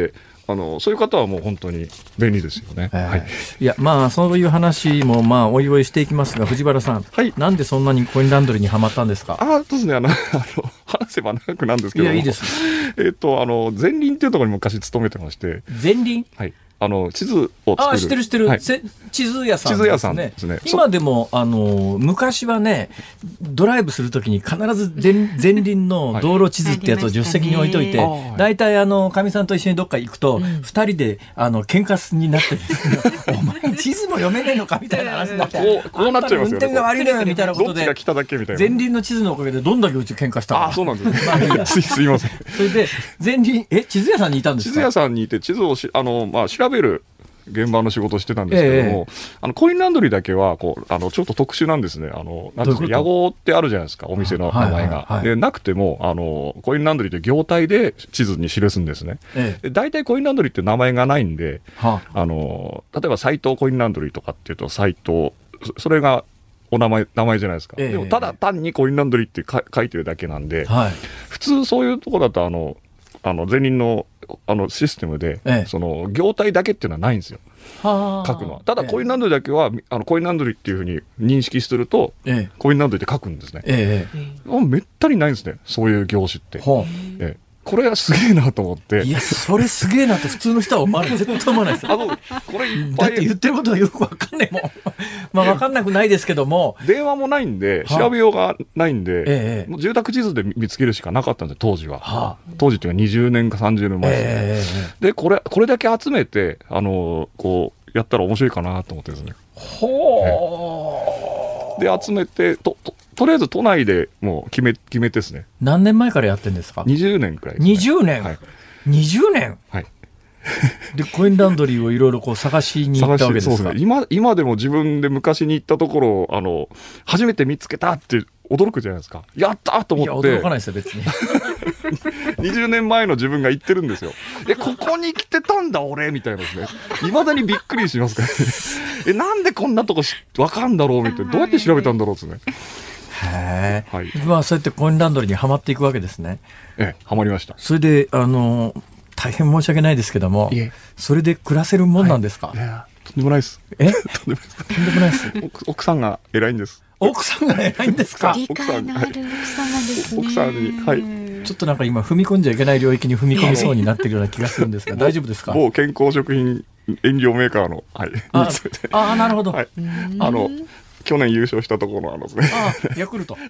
そういう方はもう本当に便利ですよね。はい、 いやまあそういう話もまあおいおいしていきますが、藤原さん、 はい、 なんでそんなにコインランドリーにはまったんですか？ そうですね、話せば長くなんですけども、 いやいいです。 前輪っていうところに昔勤めてまして。 前輪、 はい、地図を作る。 知ってる、はい、地図屋さんですね。今でも昔はね、ドライブするときに必ず前輪の道路地図ってやつを助手席に置いといて、大体かみさんと一緒にどっか行くと、2人で喧嘩になってですね、お前地図も読めねえのかみたいな話になって、 こうなっちゃいますよね。 運転が悪いのよみたいなことで、 どっちが来ただけみたいな。 前輪の地図のおかげでどんだけうち喧嘩したの。 そうなんですね。すいません。 それで前輪地図屋さんにいたんですか？ 地図屋さんにいて地図を調べる現場の仕事をしてたんですけども、コインランドリーだけはちょっと特殊なんですね。なんですか、屋号ってあるじゃないですか、お店の名前が。でなくてもコインランドリーという業態で地図に記すんですね。大体コインランドリーって名前がないんで、例えば斎藤コインランドリーとかっていうと斎藤、それがお名前じゃないですか。でもただ単にコインランドリーって書いてるだけなんで、普通そういうところだと前輪のシステムで、その業態だけっていうのはないんですよ、書くのは。ただコインランドリーだけはコインランドリーっていうふうに認識すると、コインランドリーって書くんですね。めったにないんですね、そういう業種って。これはすげえなと思って。 いや、それすげえなって普通の人は思わない。絶対思わないですよ。 これいっぱい。 だって言ってることはよくわかんないもん。まあわかんなくないですけども。 電話もないんで、調べようがないんで、もう住宅地図で見つけるしかなかったんですよ、当時は。当時っていうか20年か30年前ですね。で、これだけ集めて、やったら面白いかなと思ってですね。で、集めて、とりあえず都内でもう決めてですね。 何年前からやってるんですか ？20年くらいですね。 20年、20年、でコインランドリーをいろいろ探しに行ったわけですか？ そうですね。今でも自分で昔に行ったところを初めて見つけたって驚くじゃないですか。やったと思って。 いや驚かないですよ別に。 20年前の自分が言ってるんですよ。ここに来てたんだ俺みたいなですね。未だにびっくりしますからね。なんでこんなとこ分かんだろうみたいな。どうやって調べたんだろうですね。 まあそうやってコインランドリーにはまっていくわけですね。 はまりました。 それで大変申し訳ないですけども、それで暮らせるもんなんですか？ とんでもないです。 とんでもないです。 奥さんが偉いんです。 奥さんが偉いんですか？ 理解のある奥さんなんですね。 奥さんに、 ちょっとなんか今踏み込んじゃいけない領域に踏み込みそうになってるような気がするんですが、大丈夫ですか？ 某健康食品飲料メーカーの、 なるほど。 去年優勝したところのですね。 ヤクルト。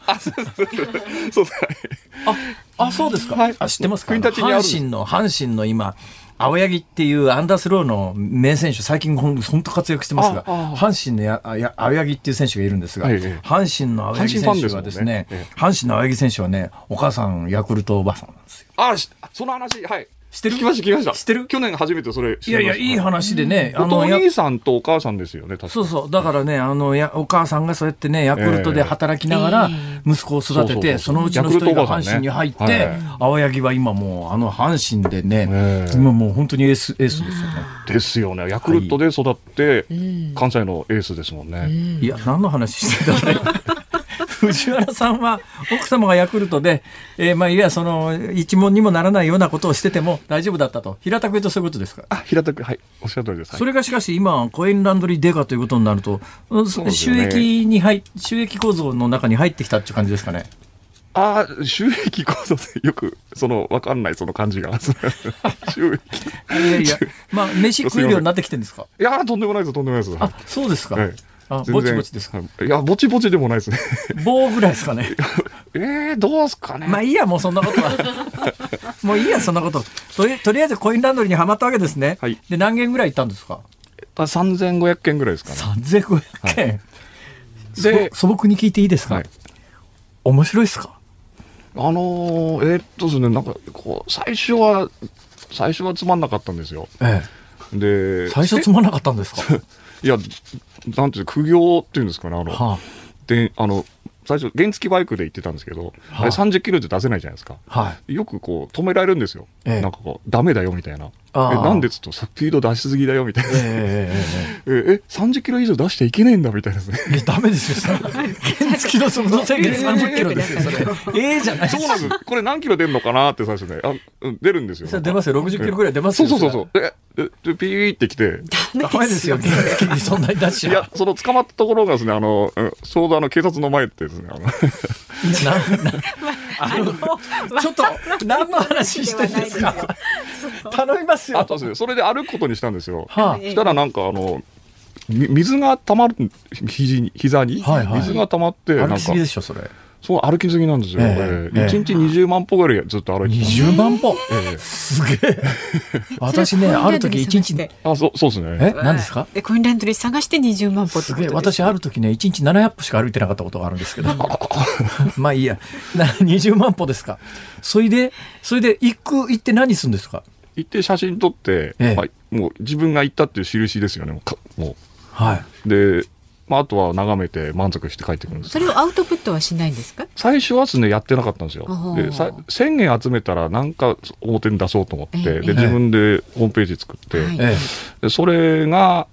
そうですか。知ってますか？阪神の今青柳っていうアンダースローの名選手、最近本当活躍してますが、阪神の青柳っていう選手がいるんですが、阪神の青柳選手はですね、阪神の青柳選手はね、お母さんヤクルトおばさんなんですよ。 その話、 知ってる？ 聞きました。 知ってる？ 去年初めてそれ知りました。 いい話でね。 お兄さんとお母さんですよね、確か。 そう。だからね、お母さんがそうやってね、ヤクルトで働きながら、息子を育てて、そのうちの一人が阪神に入って、青柳は今もう、阪神でね、今もう本当にエースですよね。 ですよね。ヤクルトで育って、関西のエースですもんね。 いや、何の話してたんだよ。藤原さんは奥様がヤクルトで、いやその一問にもならないようなことをしてても大丈夫だったと。平たく言うとそういうことですか？ 平たく、おっしゃる通りです。 それがしかし今コインランドリーデカということになると、収益構造の中に入ってきたっていう感じですかね？ 収益構造でよく分かんないその感じが。収益。 いや、飯食えるようになってきてるんですか？ いや、とんでもないです。 そうですか。ぼちぼちですか？ いや、ぼちぼちでもないですね。 棒ぐらいですかね。 どうですかね。 いいや、もうそんなことは。もういいや、そんなこと。とりあえずコインランドリーにはまったわけですね。で、何件ぐらい行ったんですか ？3500件ぐらいですかね。 3500件。で、素朴に聞いていいですか？面白いですか？ ですね、なんか最初はつまんなかったんですよ。で、 最初つまんなかったんですか？ いや、なんていう苦行っていうんですかね。で、 最初原付バイクで行ってたんですけど、 はい、 30キロで出せないじゃないですか、 はい、 よくこう止められるんですよ、なんかこうダメだよみたいな、なんでちょっとスピード出しすぎだよみたいな、30キロ以上出しちゃいけないんだみたいなですね。 いやダメですよ、原付の速度制限30キロですよ、それじゃないですか。 そうなんです。これ何キロ出るのかなって最初ね、出るんですよ。 出ますよ、60キロぐらい出ますよ。 そうでピーってきて、 ダメですよ、原付にそんなに出しちゃう。 いや、その捕まったところがですね、ちょうど警察の前ってですね、 ちょっと何の話してるんですか。頼みますよ。 あとですね、それで歩くことにしたんですよ。したらなんか水が溜まる、膝に水が溜まって、 歩きすぎでしょそれ。 そう、歩きすぎなんですよ。1日20万歩ぐらいずっと歩いてた。 20万歩、すげえ。私ね、ある時1日そうですね。 何ですか。 コインランドリー探して20万歩ってことです。 私ある時ね、1日700歩しか歩いてなかったことがあるんですけどまあいいや、20万歩ですか。それで行って何するんですか。 行って写真撮って、もう自分が行ったっていう印ですよね、もう。はい。で、あとは眺めて満足して帰ってくるんです。 それをアウトプットはしないんですか。 最初はですね、やってなかったんですよ。で1000円集めたらなんか表に出そうと思って、で自分でホームページ作って、でそれが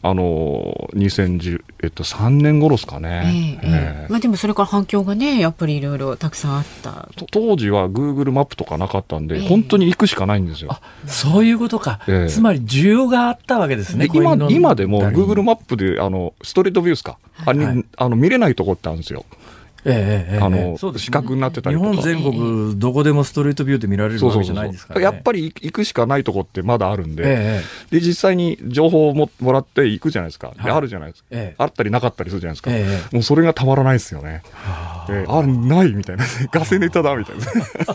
2013年頃ですかね。 まあでもそれから反響がね、やっぱりいろいろたくさんあった。 当時は Google マップとかなかったんで、本当に行くしかないんですよ。 そういうことか。つまり需要があったわけですね。 今でも Google マップでストリートビューですか、見れないとこってあるんですよ。四角になってたりとか。 日本全国どこでもストリートビューで見られるわけじゃないですからね。 やっぱり行くしかないとこってまだあるんで、で実際に情報をもらって行くじゃないですか。であるじゃないですか。あったりなかったりするじゃないですか。もうそれがたまらないですよね。ないみたいな、ガセネタだみたいな。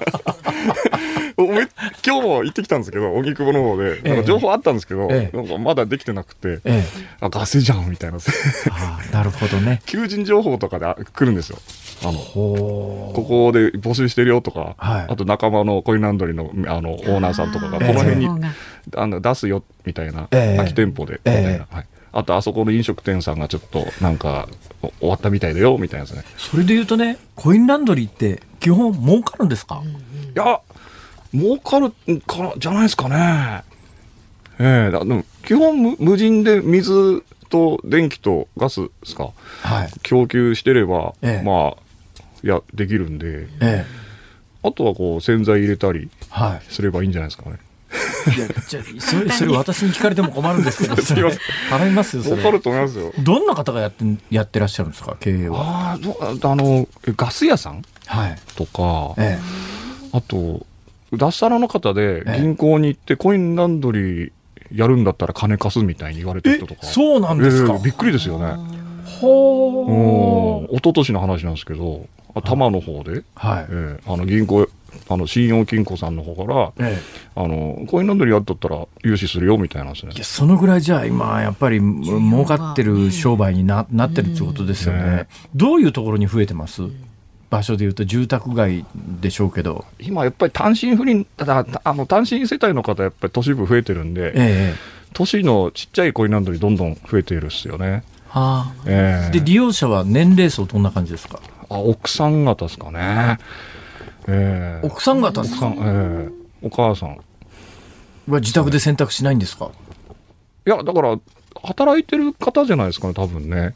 今日も行ってきたんですけど、荻窪の方でなんか情報あったんですけど、なんかまだできてなくて、ガセじゃんみたいな。 なるほどね。 求人情報とかで来るんですよ。ここで募集してるよとか、あと仲間のコインランドリーのオーナーさんとかがこの辺に出すよみたいな、空き店舗でみたいな。あとあそこの飲食店さんがちょっとなんか終わったみたいだよみたいなですね。 それで言うとね、コインランドリーって基本儲かるんですか。 いや、儲かるからじゃないですかね。でも基本無人で水と電気とガスですか、供給してれば、まあできるんで、あとはこう洗剤入れたりすればいいんじゃないですかね。 いや、じゃあそれ私に聞かれても困るんですけど、頼みますよ。それ分かると思いますよ。 どんな方がやってらっしゃるんですか、経営は。 ガス屋さんとか、あと脱サラの方で銀行に行ってコインランドリーやるんだったら金貸すみたいに言われてる人とか。 そうなんですか。 びっくりですよね。一昨年の話なんですけど、多摩の方で、銀行信用金庫さんの方から、コインランドリーやっとったら融資するよみたいなんですね。 いや、そのぐらいじゃあ今やっぱり儲かってる商売に なってるってことですよね。どういうところに増えてます？場所でいうと住宅街でしょうけど、 今やっぱり単身世帯の方やっぱり都市部増えてるんで、都市のちっちゃいコインランドリーどんどん増えているっすよね。で利用者は年齢層どんな感じですか？ 奥さん方ですかね。 奥さん方ですか？ お母さんは自宅で洗濯しないんですか？ いや、だから働いてる方じゃないですかね、多分ね。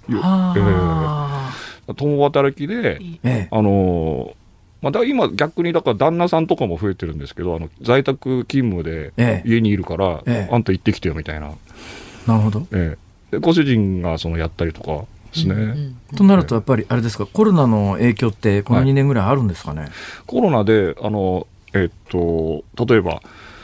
共働きで、今逆にだから旦那さんとかも増えてるんですけど、在宅勤務で家にいるから、あんた行ってきてよみたいな。 なるほど。 でご主人がやったりとかですね。 となるとやっぱりあれですか、コロナの影響ってこの2年ぐらいあるんですかね。 コロナで例えば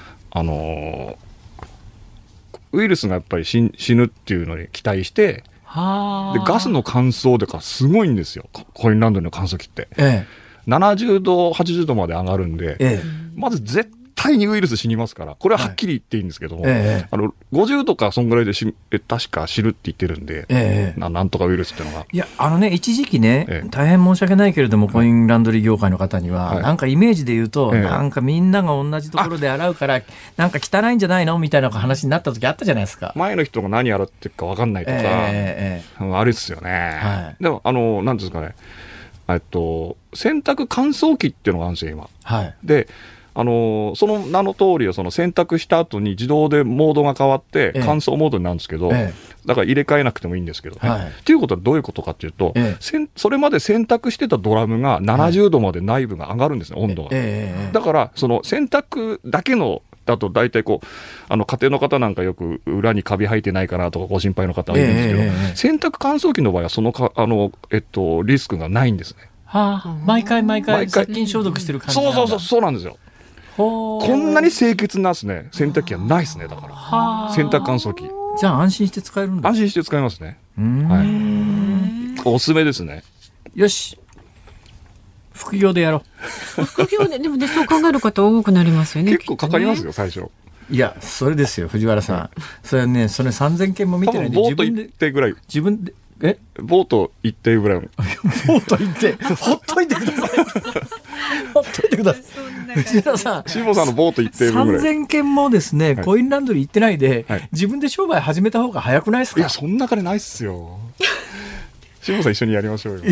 ウイルスがやっぱり死ぬっていうのに期待して、でガスの乾燥とかすごいんですよ、コインランドリーの乾燥機って。70度80度まで上がるんで、まず絶対にウイルス死にますから、これははっきり言っていいんですけども、50度かそんぐらいで確か死ぬって言ってるんで、なんとかウイルスっていうのが。 いや、一時期ね、大変申し訳ないけれども、コインランドリー業界の方には、なんかイメージで言うと、なんかみんなが同じところで洗うから、なんか汚いんじゃないのみたいな話になった時あったじゃないですか。 前の人が何洗ってるか分かんないとか、あれですよね。でも、なんですかね、 洗濯乾燥機っていうのがあるんですよ今。 はい、 でその名の通りその洗濯した後に自動でモードが変わって乾燥モードになるんですけど、だから入れ替えなくてもいいんですけどね。っていうことはどういうことかっていうと、それまで洗濯してたドラムが70度まで内部が上がるんですね、温度が。だからその洗濯だけのだと大体こう家庭の方なんかよく裏にカビ生えてないかなとかご心配の方はいるんですけど、洗濯乾燥機の場合はそのリスクがないんですね。 毎回殺菌消毒してる感じなんだ。 そうなんですよ。こんなに清潔なですね洗濯機はないですね。だから洗濯乾燥機じゃあ安心して使えるんだ。 安心して使えますね。おすすめですね。 よし、副業でやろう。副業ででもね、そう考える方多くなりますよね。 結構かかりますよ最初。 いやそれですよ藤原さん、それはねそれ3000件も見てないんでボート1艇ぐらい自分でボート1艇ぐらいボート1艇ほっといてくださいほっといてください藤原さん。 辛坊さんのボート1艇分ぐらい 3000件もですね、コインランドリー行ってないで、自分で商売始めた方が早くないですか。 いやそんな金ないっすよ。辛坊さん一緒にやりましょうよ。そん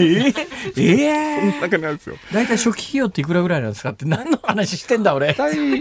な金ないですよ。 だいたい初期費用っていくらぐらいなんですかって何の話してんだ俺。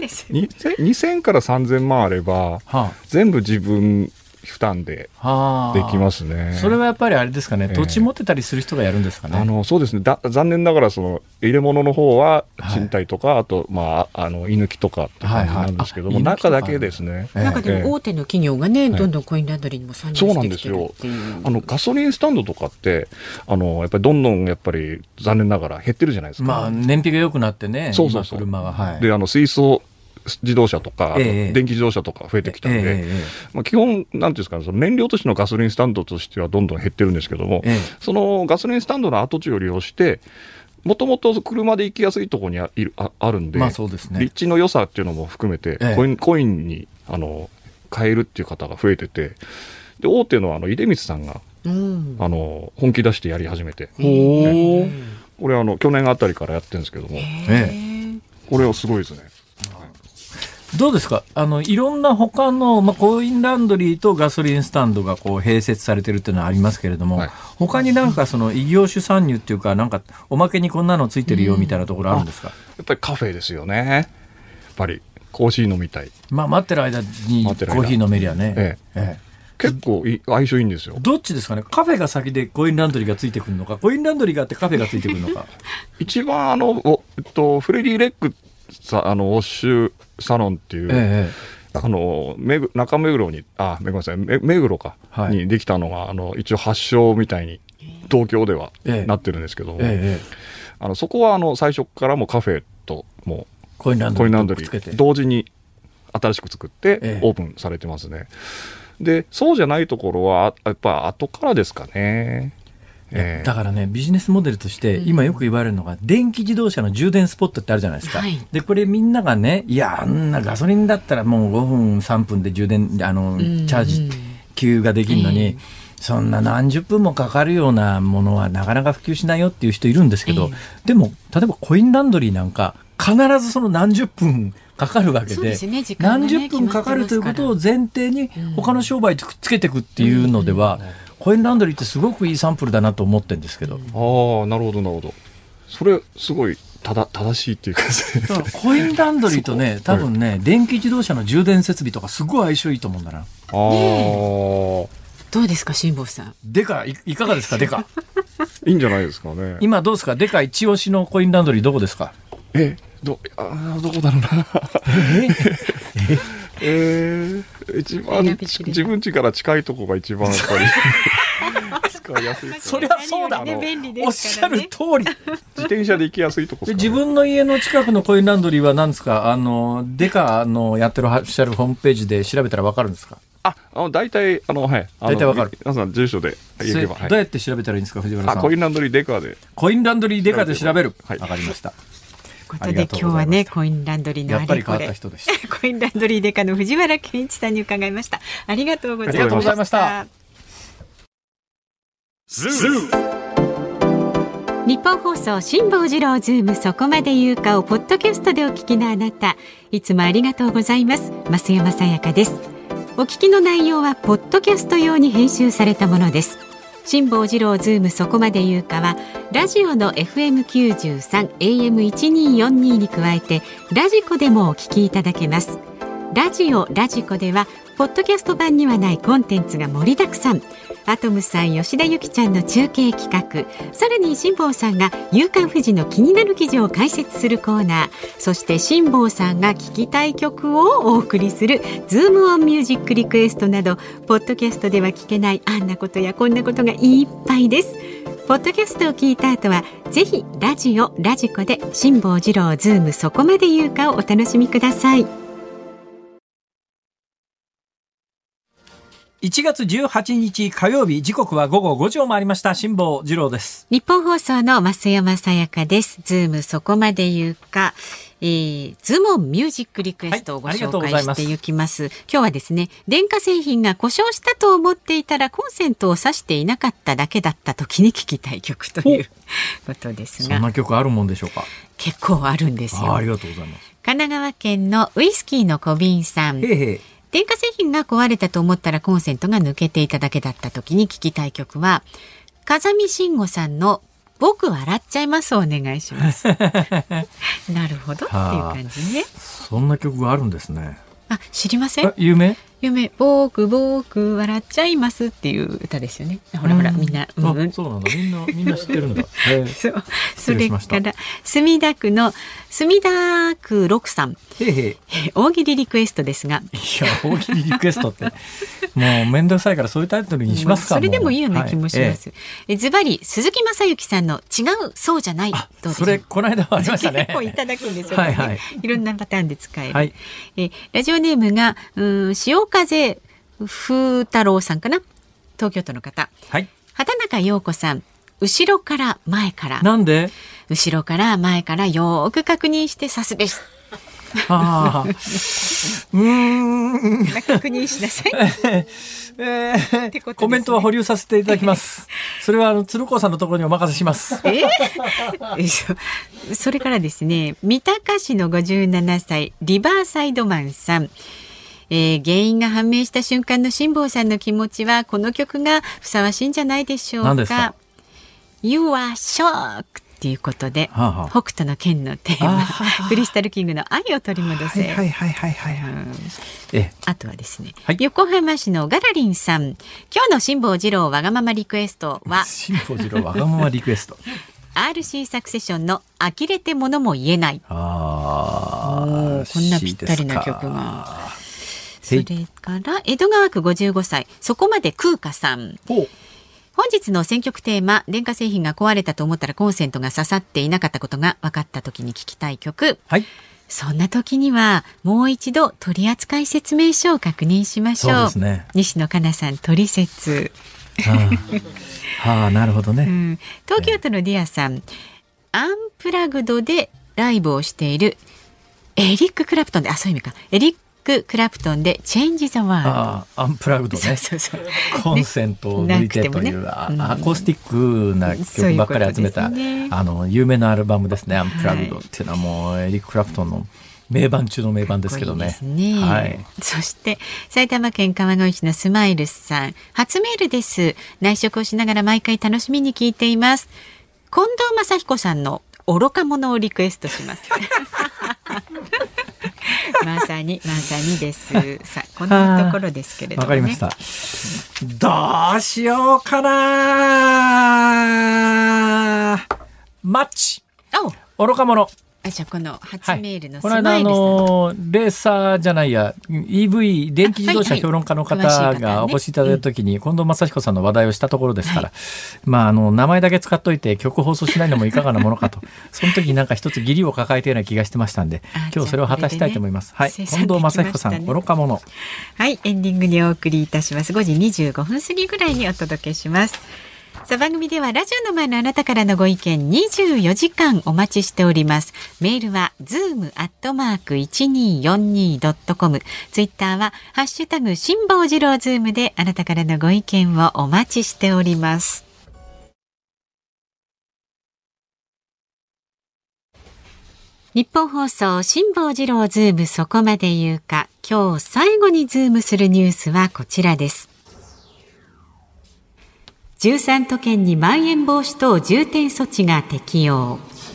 2000から3000万あれば、全部自分負担でできますね。 それはやっぱりあれですかね、土地持ってたりする人がやるんですかね。 そうですね。残念ながらその入れ物の方は賃貸とか、あと居抜きとかって感じなんですけども、中だけですね。 中でも大手の企業がね、どんどんコインランドリーにも参入してきてるっていう。 そうなんですよ。ガソリンスタンドとかってやっぱりどんどんやっぱり残念ながら減ってるじゃないですか。 燃費が良くなってね。 そう車は。 で水素自動車とか、電気自動車とか増えてきたので、基本なんていうんですかね、その燃料としてのガソリンスタンドとしてはどんどん減ってるんですけども、そのガソリンスタンドの跡地を利用してもともと車で行きやすいところにあるんで、 そうですね、 立地の良さっていうのも含めて、コインに変えるっていう方が増えてて、で大手の出光さんが、本気出してやり始めて、これ去年あたりからやってるんですけども、これはすごいですね。 どうですか、いろんな他の、コインランドリーとガソリンスタンドがこう併設されてるっていうのはありますけれども、他になんかその異業種参入っていうか、なんかおまけにこんなのついてるよみたいなところあるんですか。 やっぱりカフェですよね。やっぱりコーヒー飲みたい。 待ってる間にコーヒー飲めりゃね。 結構相性いいんですよ。 どっちですかね。カフェが先でコインランドリーがついてくるのか、コインランドリーがあってカフェがついてくるのか。 一番フレディ・レックウォッシュサロンっていう、中目黒にごめんなさい、目黒か、にできたのが一応発祥みたいに東京ではなってるんですけども、そこは最初からもカフェともうコインランドリー同時に新しく作ってオープンされてますね。でそうじゃないところはやっぱ後からですかね。 だからね、ビジネスモデルとして今よく言われるのが、電気自動車の充電スポットってあるじゃないですか。でこれみんながね、いやあんなガソリンだったらもう5分3分で充電チャージ給ができるのに、そんな何十分もかかるようなものはなかなか普及しないよっていう人いるんですけど、でも例えばコインランドリーなんか必ずその何十分かかるわけで、何十分かかるということを前提に他の商売とくっつけていくっていうのでは、コインランドリーってすごくいいサンプルだなと思ってるんですけど。 なるほど。それすごい正しいっていうか、 だからコインランドリーとね、多分ね、電気自動車の充電設備とかすごい相性いいと思うんだな。 どうですか辛坊さん。 デカいかがですか。デカいいんじゃないですかね。 今どうですか。デカ一押しのコインランドリーどこですか。 どこだろうな。一番自分家から近いとこが一番やっぱり使いやすい。 そりゃそうだ、おっしゃる通り。 自転車で行きやすいとこですかね。 自分の家の近くのコインランドリーは何ですか。デカのやってるらっしゃるホームページで調べたら分かるんですか。 大体大体分かる。 皆さん住所で言えば、 どうやって調べたらいいんですか藤原さん。 コインランドリーデカで。 コインランドリーデカで調べる。分かりました。 ということで今日はね、コインランドリーのあれこれ、やっぱり変わった人でしたコインランドリーデカの藤原健一さんに伺いました。ありがとうございました。日本放送辛坊治郎ズームそこまで言うかをポッドキャストでお聞きのあなた、いつもありがとうございます。増山さやかです。お聞きの内容はポッドキャスト用に編集されたものです。 辛坊治郎ズームそこまで言うかはラジオの FM93 AM1242 に加えてラジコでもお聞きいただけます。ラジコではポッドキャスト版にはないコンテンツが盛りだくさん。アトムさん、吉田由紀ちゃんの中継企画、さらに辛坊さんが夕刊フジの気になる記事を解説するコーナー、そして辛坊さんが聴きたい曲をお送りするズームオンミュージックリクエストなど、ポッドキャストでは聞けないあんなことやこんなことがいっぱいです。ポッドキャストを聞いた後はぜひラジコで辛坊治郎ズームそこまで言うかをお楽しみください。 1月18日火曜日、時刻は午後5時を回りました。辛坊治郎です。 日本放送の増山さやかです。ズームそこまで言うか、ズームオンミュージックリクエストをご紹介していきます。今日はですね、電化製品が故障したと思っていたらコンセントを挿していなかっただけだった時に聴きたい曲ということですが、 そんな曲あるもんでしょうか。 結構あるんですよ。 ありがとうございます。 神奈川県のウイスキーの小瓶さん。電化製品が壊れたと思ったらコンセントが抜けていただけだった時に聴きたい曲は風見慎吾さんの僕笑っちゃいますをお願いしますなるほどっていう感じね。 そんな曲があるんですね。 あ、知りません？ 有名僕笑っちゃいますっていう歌ですよね。ほらみんな、 そうなんだ、みんな知ってるんだそれから墨田区の墨田区6さん、大喜利リクエストですが、 いや大喜利リクエストってもうめんどくさいからそういうタイトルにしますか。 それでもいいような気もします。ズバリ鈴木雅之さんの違うそうじゃない。どうそれこの間ありましたね。 結構いただくんですよね。いろんなパターンで使える。ラジオネームが潮風風太郎さんかな、東京都の方。畑中陽子さん、後ろから前から。 なんで後ろから前からよく確認してさすです。確認しなさいコメントは保留させていただきますそれは鶴光さんのところにお任せしますそれからですね、三鷹市の57歳リバーサイドマンさん、原因が判明した瞬間の辛坊さんの気持ちはこの曲がふさわしいんじゃないでしょうか。 何ですか？ You are shockedということで、北斗の拳のテーマクリスタルキングの愛を取り戻せ。あとはですね、横浜市のガラリンさん、今日の辛坊治郎わがままリクエストは辛坊治郎わがままリクエスト RC サクセションの呆れてものも言えない。こんなぴったりな曲が。それから江戸川区55歳そこまで空花さん、本日の選曲テーマ、電化製品が壊れたと思ったらコンセントが刺さっていなかったことが分かった時に聞きたい曲、そんな時にはもう一度取扱説明書を確認しましょう。 そうですね、 西野カナさん取説なるほどね、 東京都のディアさん、アンプラグドでライブをしているエリック・クラプトンで、そういう意味か、エリッククラプトンでチェンジザワールド。 アンプラグドね。コンセントを抜いてという、アコースティックな曲ばっかり集めた、有名なアルバムですね。アンプラグドっていうのはもうエリック・クラプトンの名盤中の名盤ですけどね。そして埼玉県川越市のスマイルスさん、初メールです。内職をしながら毎回楽しみに聞いています。近藤正彦さんの愚か者をリクエストしますまさにです。さあこんなところですけれどもね。わかりました。 どうしようかな。マッチ。愚か者。 じゃあこの初メールのこの間レーサーじゃないや EV 電気自動車評論家の方がお越しいただいた時に近藤正彦さんの話題をしたところですから、名前だけ使っといて曲放送しないのもいかがなものかとその時になんか一つ義理を抱えているような気がしてましたんで、今日それを果たしたいと思います。近藤正彦さん、愚か者。 エンディングにお送りいたします。5時25分過ぎぐらいにお届けします。さあ番組ではラジオの前のあなたからのご意見24時間お待ちしております。メールは zoom@1242.com、 ツイッターはハッシュタグ辛坊治郎ズームであなたからのご意見をお待ちしております。日本放送辛坊治郎ズームそこまで言うか、今日最後にズームするニュースはこちらです。 13都県にまん延防止等重点措置が適用。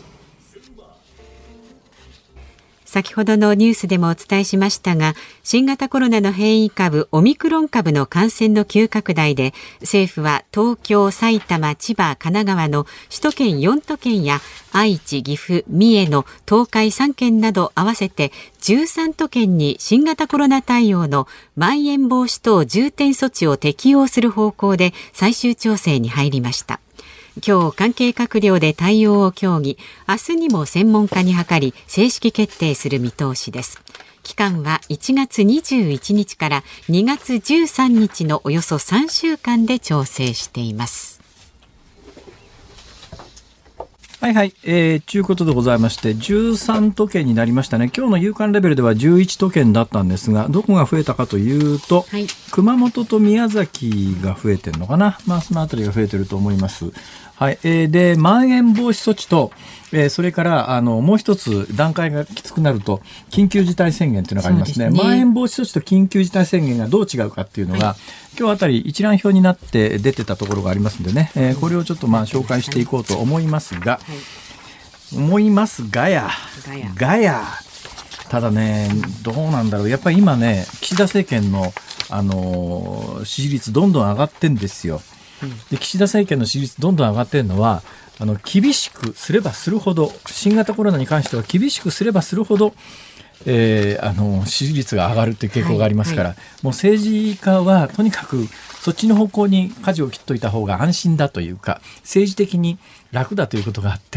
先ほどのニュースでもお伝えしましたが、新型コロナの変異株オミクロン株の感染の急拡大で、政府は東京、埼玉、千葉、神奈川の首都圏4都県や愛知、岐阜、三重の東海3県など合わせて13都県に新型コロナ対応のまん延防止等重点措置を適用する方向で最終調整に入りました。今日関係閣僚で対応を協議、明日にも専門家に諮り正式決定する見通しです。期間は1月21日から2月13日のおよそ3週間で調整しています。 はいはい、ということでございまして、13都県になりましたね。今日の夕刊レベルでは11都県だったんですが、どこが増えたかというと、はい、熊本と宮崎が増えてるのかな、そのあたりが増えてると思います。はい、でまん延防止措置と、それからもう一つ段階がきつくなると緊急事態宣言というのがありますね。まん延防止措置と緊急事態宣言がどう違うかっていうのが、はい、今日あたり一覧表になって出てたところがありますんでね、これをちょっと紹介していこうと思いますが、ただね、どうなんだろう、やっぱり今ね、岸田政権の、支持率どんどん上がってんですよ。で岸田政権の支持率どんどん上がっているのは、厳しくすればするほど、新型コロナに関しては厳しくすればするほど、支持率が上がるという傾向がありますから、もう政治家はとにかくそっちの方向に舵を切っといた方が安心だというか、政治的に楽だということがあって、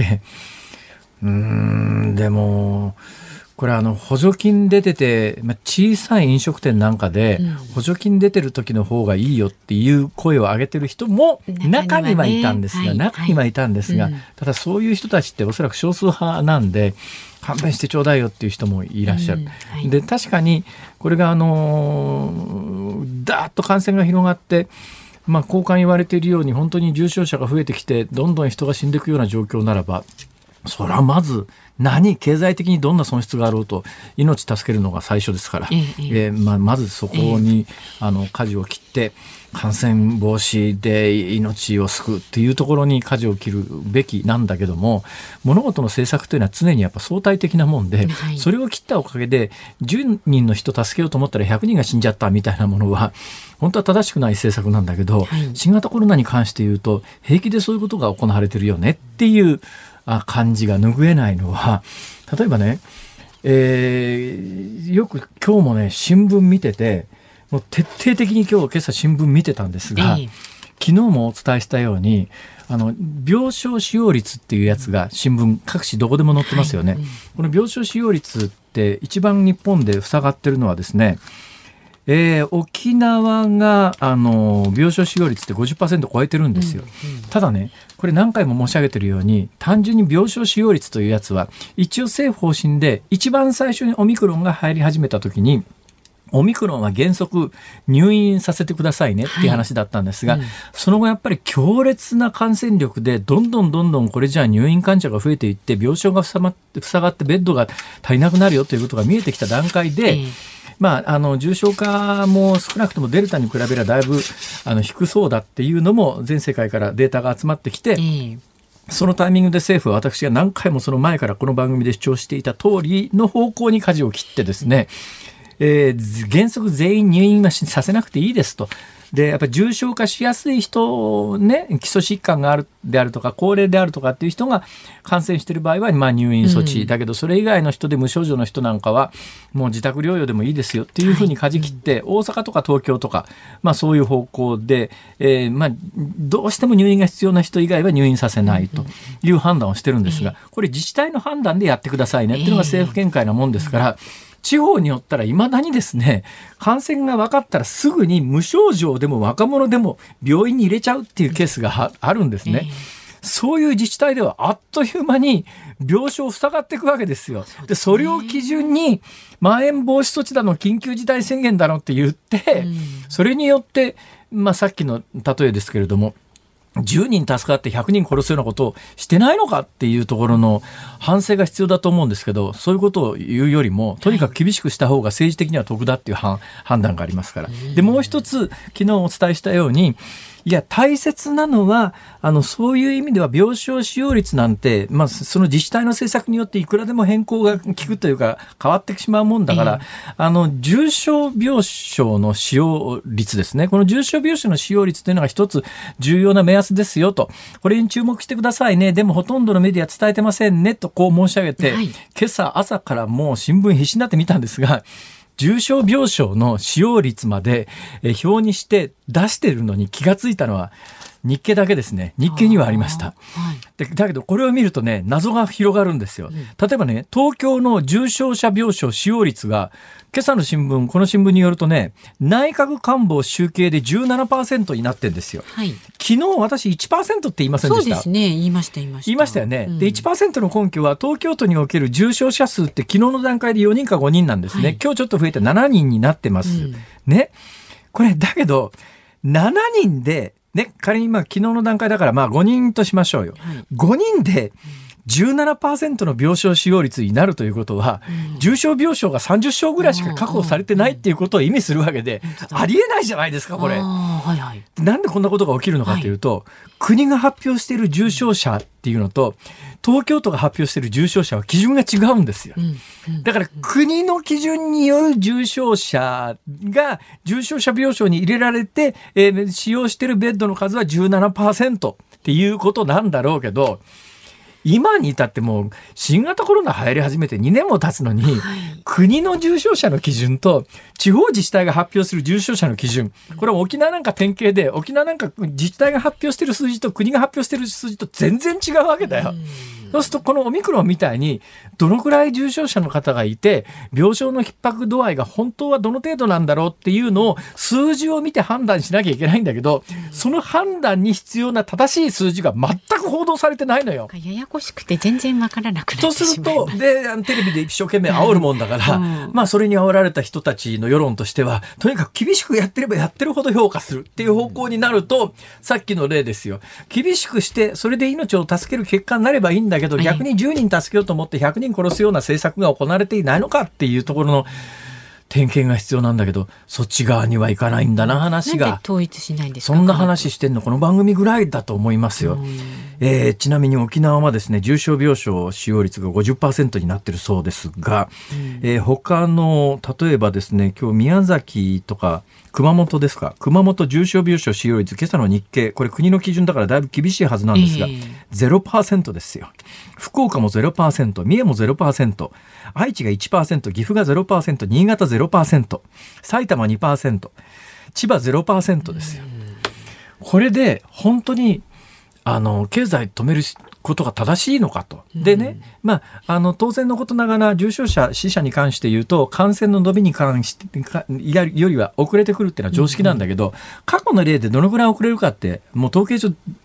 でもこれ補助金出てて、小さい飲食店なんかで補助金出てる時の方がいいよっていう声を上げてる人も中にはいたんですが、ただそういう人たちっておそらく少数派なんで、勘弁してちょうだいよっていう人もいらっしゃる。で確かにこれがダーッと感染が広がって、交換言われているように本当に重症者が増えてきてどんどん人が死んでいくような状況ならば、それはまず経済的にどんな損失があろうと命助けるのが最初ですから、まずそこに舵を切って感染防止で命を救うっていうところに舵を切るべきなんだけども、物事の政策というのは常にやっぱ相対的なもんで、それを切ったおかげで10人の人助けようと思ったら100人が死んじゃったみたいなものは本当は正しくない政策なんだけど、新型コロナに関して言うと平気でそういうことが行われてるよねっていう感じが拭えないのは、例えばね、よく今日もね新聞見てて、もう徹底的に今朝新聞見てたんですが、昨日もお伝えしたように病床使用率っていうやつが新聞各紙どこでも載ってますよね。この病床使用率って一番日本で塞がってるのはですね、沖縄が病床使用率って 50% 超えてるんですよ。ただね、これ何回も申し上げてるように、単純に病床使用率というやつは一応政府方針で一番最初にオミクロンが入り始めた時に、オミクロンは原則入院させてくださいねっていう話だったんですが、その後やっぱり強烈な感染力でどんどんこれじゃあ入院患者が増えていって、病床が塞がってベッドが足りなくなるよということが見えてきた段階で、重症化も少なくともデルタに比べればだいぶ低そうだっていうのも全世界からデータが集まってきて、そのタイミングで政府は私が何回もその前からこの番組で主張していた通りの方向に舵を切ってですね、原則全員入院はさせなくていいですと。でやっぱり重症化しやすい人ね、基礎疾患があるであるとか高齢であるとかっていう人が感染している場合は入院措置、だけどそれ以外の人で無症状の人なんかはもう自宅療養でもいいですよっていうふうに舵切って、大阪とか東京とか、そういう方向で、どうしても入院が必要な人以外は入院させないという判断をしてるんですが、これ自治体の判断でやってくださいねっていうのが政府見解なもんですから、地方によったらいまだにですね、感染が分かったらすぐに無症状でも若者でも病院に入れちゃうっていうケースがあるんですね。そういう自治体ではあっという間に病床塞がっていくわけですよ。でそれを基準にまん延防止措置だの緊急事態宣言だのって言って、それによって、さっきの例えですけれども、10人助かって100人殺すようなことをしてないのかっていうところの反省が必要だと思うんですけど、そういうことを言うよりもとにかく厳しくした方が政治的には得だっていう判断がありますから。でもう一つ昨日お伝えしたように、 いや大切なのはそういう意味では病床使用率なんて、その自治体の政策によっていくらでも変更が効くというか変わってしまうもんだから、重症病床の使用率ですね。この重症病床の使用率というのが一つ重要な目安ですよと、これに注目してくださいね。でもほとんどのメディア伝えてませんねとこう申し上げて、今朝朝からもう新聞必死になって見たんですが、重症病床の使用率まで表にして出しているのに気がついたのは日経だけですね。日経にはありました。だけどこれを見るとね、謎が広がるんですよ。例えばね、東京の重症者病床使用率が今朝の新聞、この新聞によるとね、内閣官房集計で 17% になってるんですよ。昨日私 1% って言いませんでした？ そうですね、言いましたよね。 で 1% の根拠は東京都における重症者数って昨日の段階で4人か5人なんですね。今日ちょっと増えて7人になってます。ね。これだけど7人でね、仮に昨日の段階だから5人としましょうよ。5人で17% の病床使用率になるということは、重症病床が30床ぐらいしか確保されてないっていうことを意味するわけで、ありえないじゃないですかこれ。なんでこんなことが起きるのかというと、国が発表している重症者っていうのと東京都が発表している重症者は基準が違うんですよ。だから国の基準による重症者が重症者病床に入れられて、使用しているベッドの数は 17% っていうことなんだろうけど、今に至ってもう新型コロナ流行り始めて2年も経つのに、国の重症者の基準と地方自治体が発表する重症者の基準、これは沖縄なんか典型で、沖縄なんか自治体が発表している数字と国が発表している数字と全然違うわけだよ。そうするとこのオミクロンみたいにどのくらい重症者の方がいて病床の逼迫度合いが本当はどの程度なんだろうっていうのを数字を見て判断しなきゃいけないんだけど、その判断に必要な正しい数字が全く報道されてないのよ。 ややこしくて全然わからなくなってしまいます。 とするとでテレビで一生懸命煽るもんだから、それに煽られた人たちの世論としてはとにかく厳しくやってればやってるほど評価するっていう方向になると、さっきの例ですよ。厳しくしてそれで命を助ける結果になればいいんだけど、逆に10人助けようと思って100人殺すような政策が行われていないのかっていうところの点検が必要なんだけど、そっち側にはいかないんだな話が。 なんで統一しないんですか？ そんな話してんのこの番組ぐらいだと思いますよ。ちなみに沖縄はですね、重症病床使用率が 50% になってるそうですが、他の例えばですね、今日宮崎とか熊本ですか、熊本重症病床使用率、今朝の日経、これ国の基準だからだいぶ厳しいはずなんですが、0% ですよ。福岡も 0%、三重も 0%、愛知が 1%、岐阜が 0%、新潟 0%、埼玉 2%、千葉 0% ですよ。これで本当に経済止めることが正しいのかと。でね、当然のことながら重症者死者に関して言うと感染の伸びに関してよりは遅れてくるっていうのは常識なんだけど、過去の例でどのぐらい遅れるかってもう統計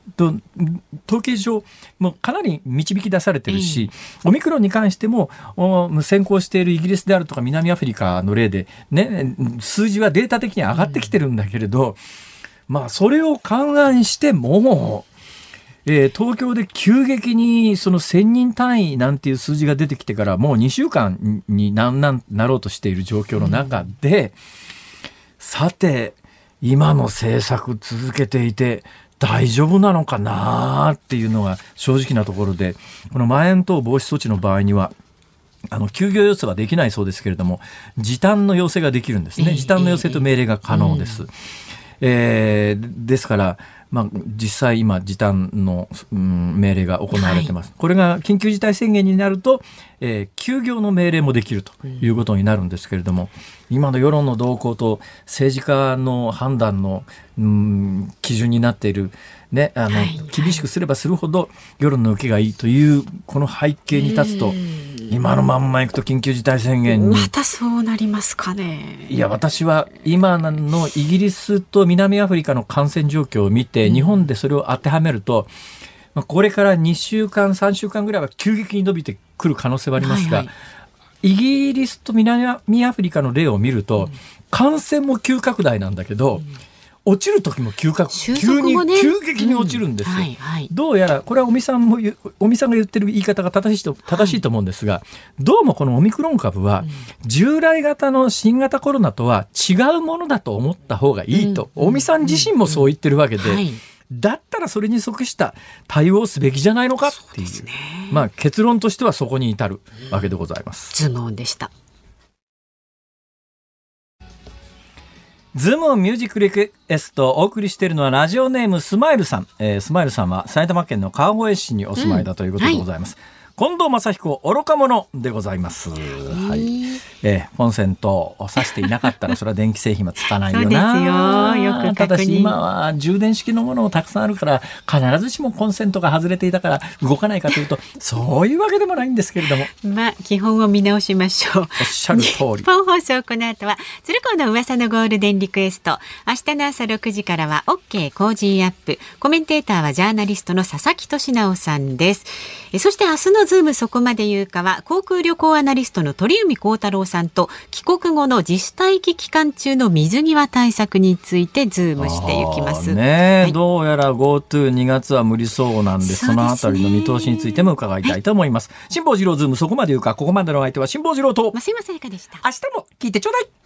上もうかなり導き出されてるし、オミクロンに関しても先行しているイギリスであるとか南アフリカの例で、ね、数字はデータ的に上がってきてるんだけれど、それを勘案しても東京で急激にその1000人単位なんていう数字が出てきてからもう2週間になろうとしている状況の中で、さて今の政策続けていて大丈夫なのかなっていうのが正直なところで、このまん延等防止措置の場合には休業要請はできないそうですけれども、時短の要請ができるんですね。時短の要請と命令が可能です。ですから実際今時短の、命令が行われてます。これが緊急事態宣言になると、休業の命令もできるということになるんですけれども、今の世論の動向と政治家の判断の、基準になっている、ね、厳しくすればするほど世論の受けがいいというこの背景に立つと、今のまんまいくと緊急事態宣言にまたそうなりますかね。 いや私は今のイギリスと南アフリカの感染状況を見て、日本でそれを当てはめると、これから2週間3週間ぐらいは急激に伸びてくる可能性はありますが、イギリスと南アフリカの例を見ると、感染も急拡大なんだけど、 落ちる時も急激に落ちるんですよ。どうやらこれは尾身さんが言ってる言い方が正しいと思うんですが、どうもこのオミクロン株は従来型の新型コロナとは違うものだと思った方がいいと、尾身さん自身もそう言ってるわけで、だったらそれに即した対応をすべきじゃないのかっていう、結論としてはそこに至るわけでございます。 ズームオンでした。 ズームオンミュージックリクエストをお送りしているのはラジオネームスマイルさん、スマイルさんは埼玉県の川越市にお住まいだということでございます、近藤正彦愚か者でございます。コンセントを挿していなかったらそれは電気製品はつかないよな。 そうですよ。よく確認。 ただし今は充電式のものもたくさんあるから必ずしもコンセントが外れていたから動かないかというとそういうわけでもないんですけれども、 基本を見直しましょう。 おっしゃる通り。 日本放送この後は鶴光の噂のゴールデンリクエスト。明日の朝6時からは OK コージーアップ。コメンテーターはジャーナリストの佐々木俊直さんです。そして明日のズームそこまで言うかは航空旅行アナリストの鳥海高太郎さんと帰国後の自主待機期間中の水際対策についてズームしていきます。 どうやら GoTo2 月は無理そうなんで、そのあたりの見通しについても伺いたいと思います。辛坊治郎ズームそこまで言うか。ここまでの相手は辛坊治郎と増山さやかでした。 明日も聞いてちょうだい。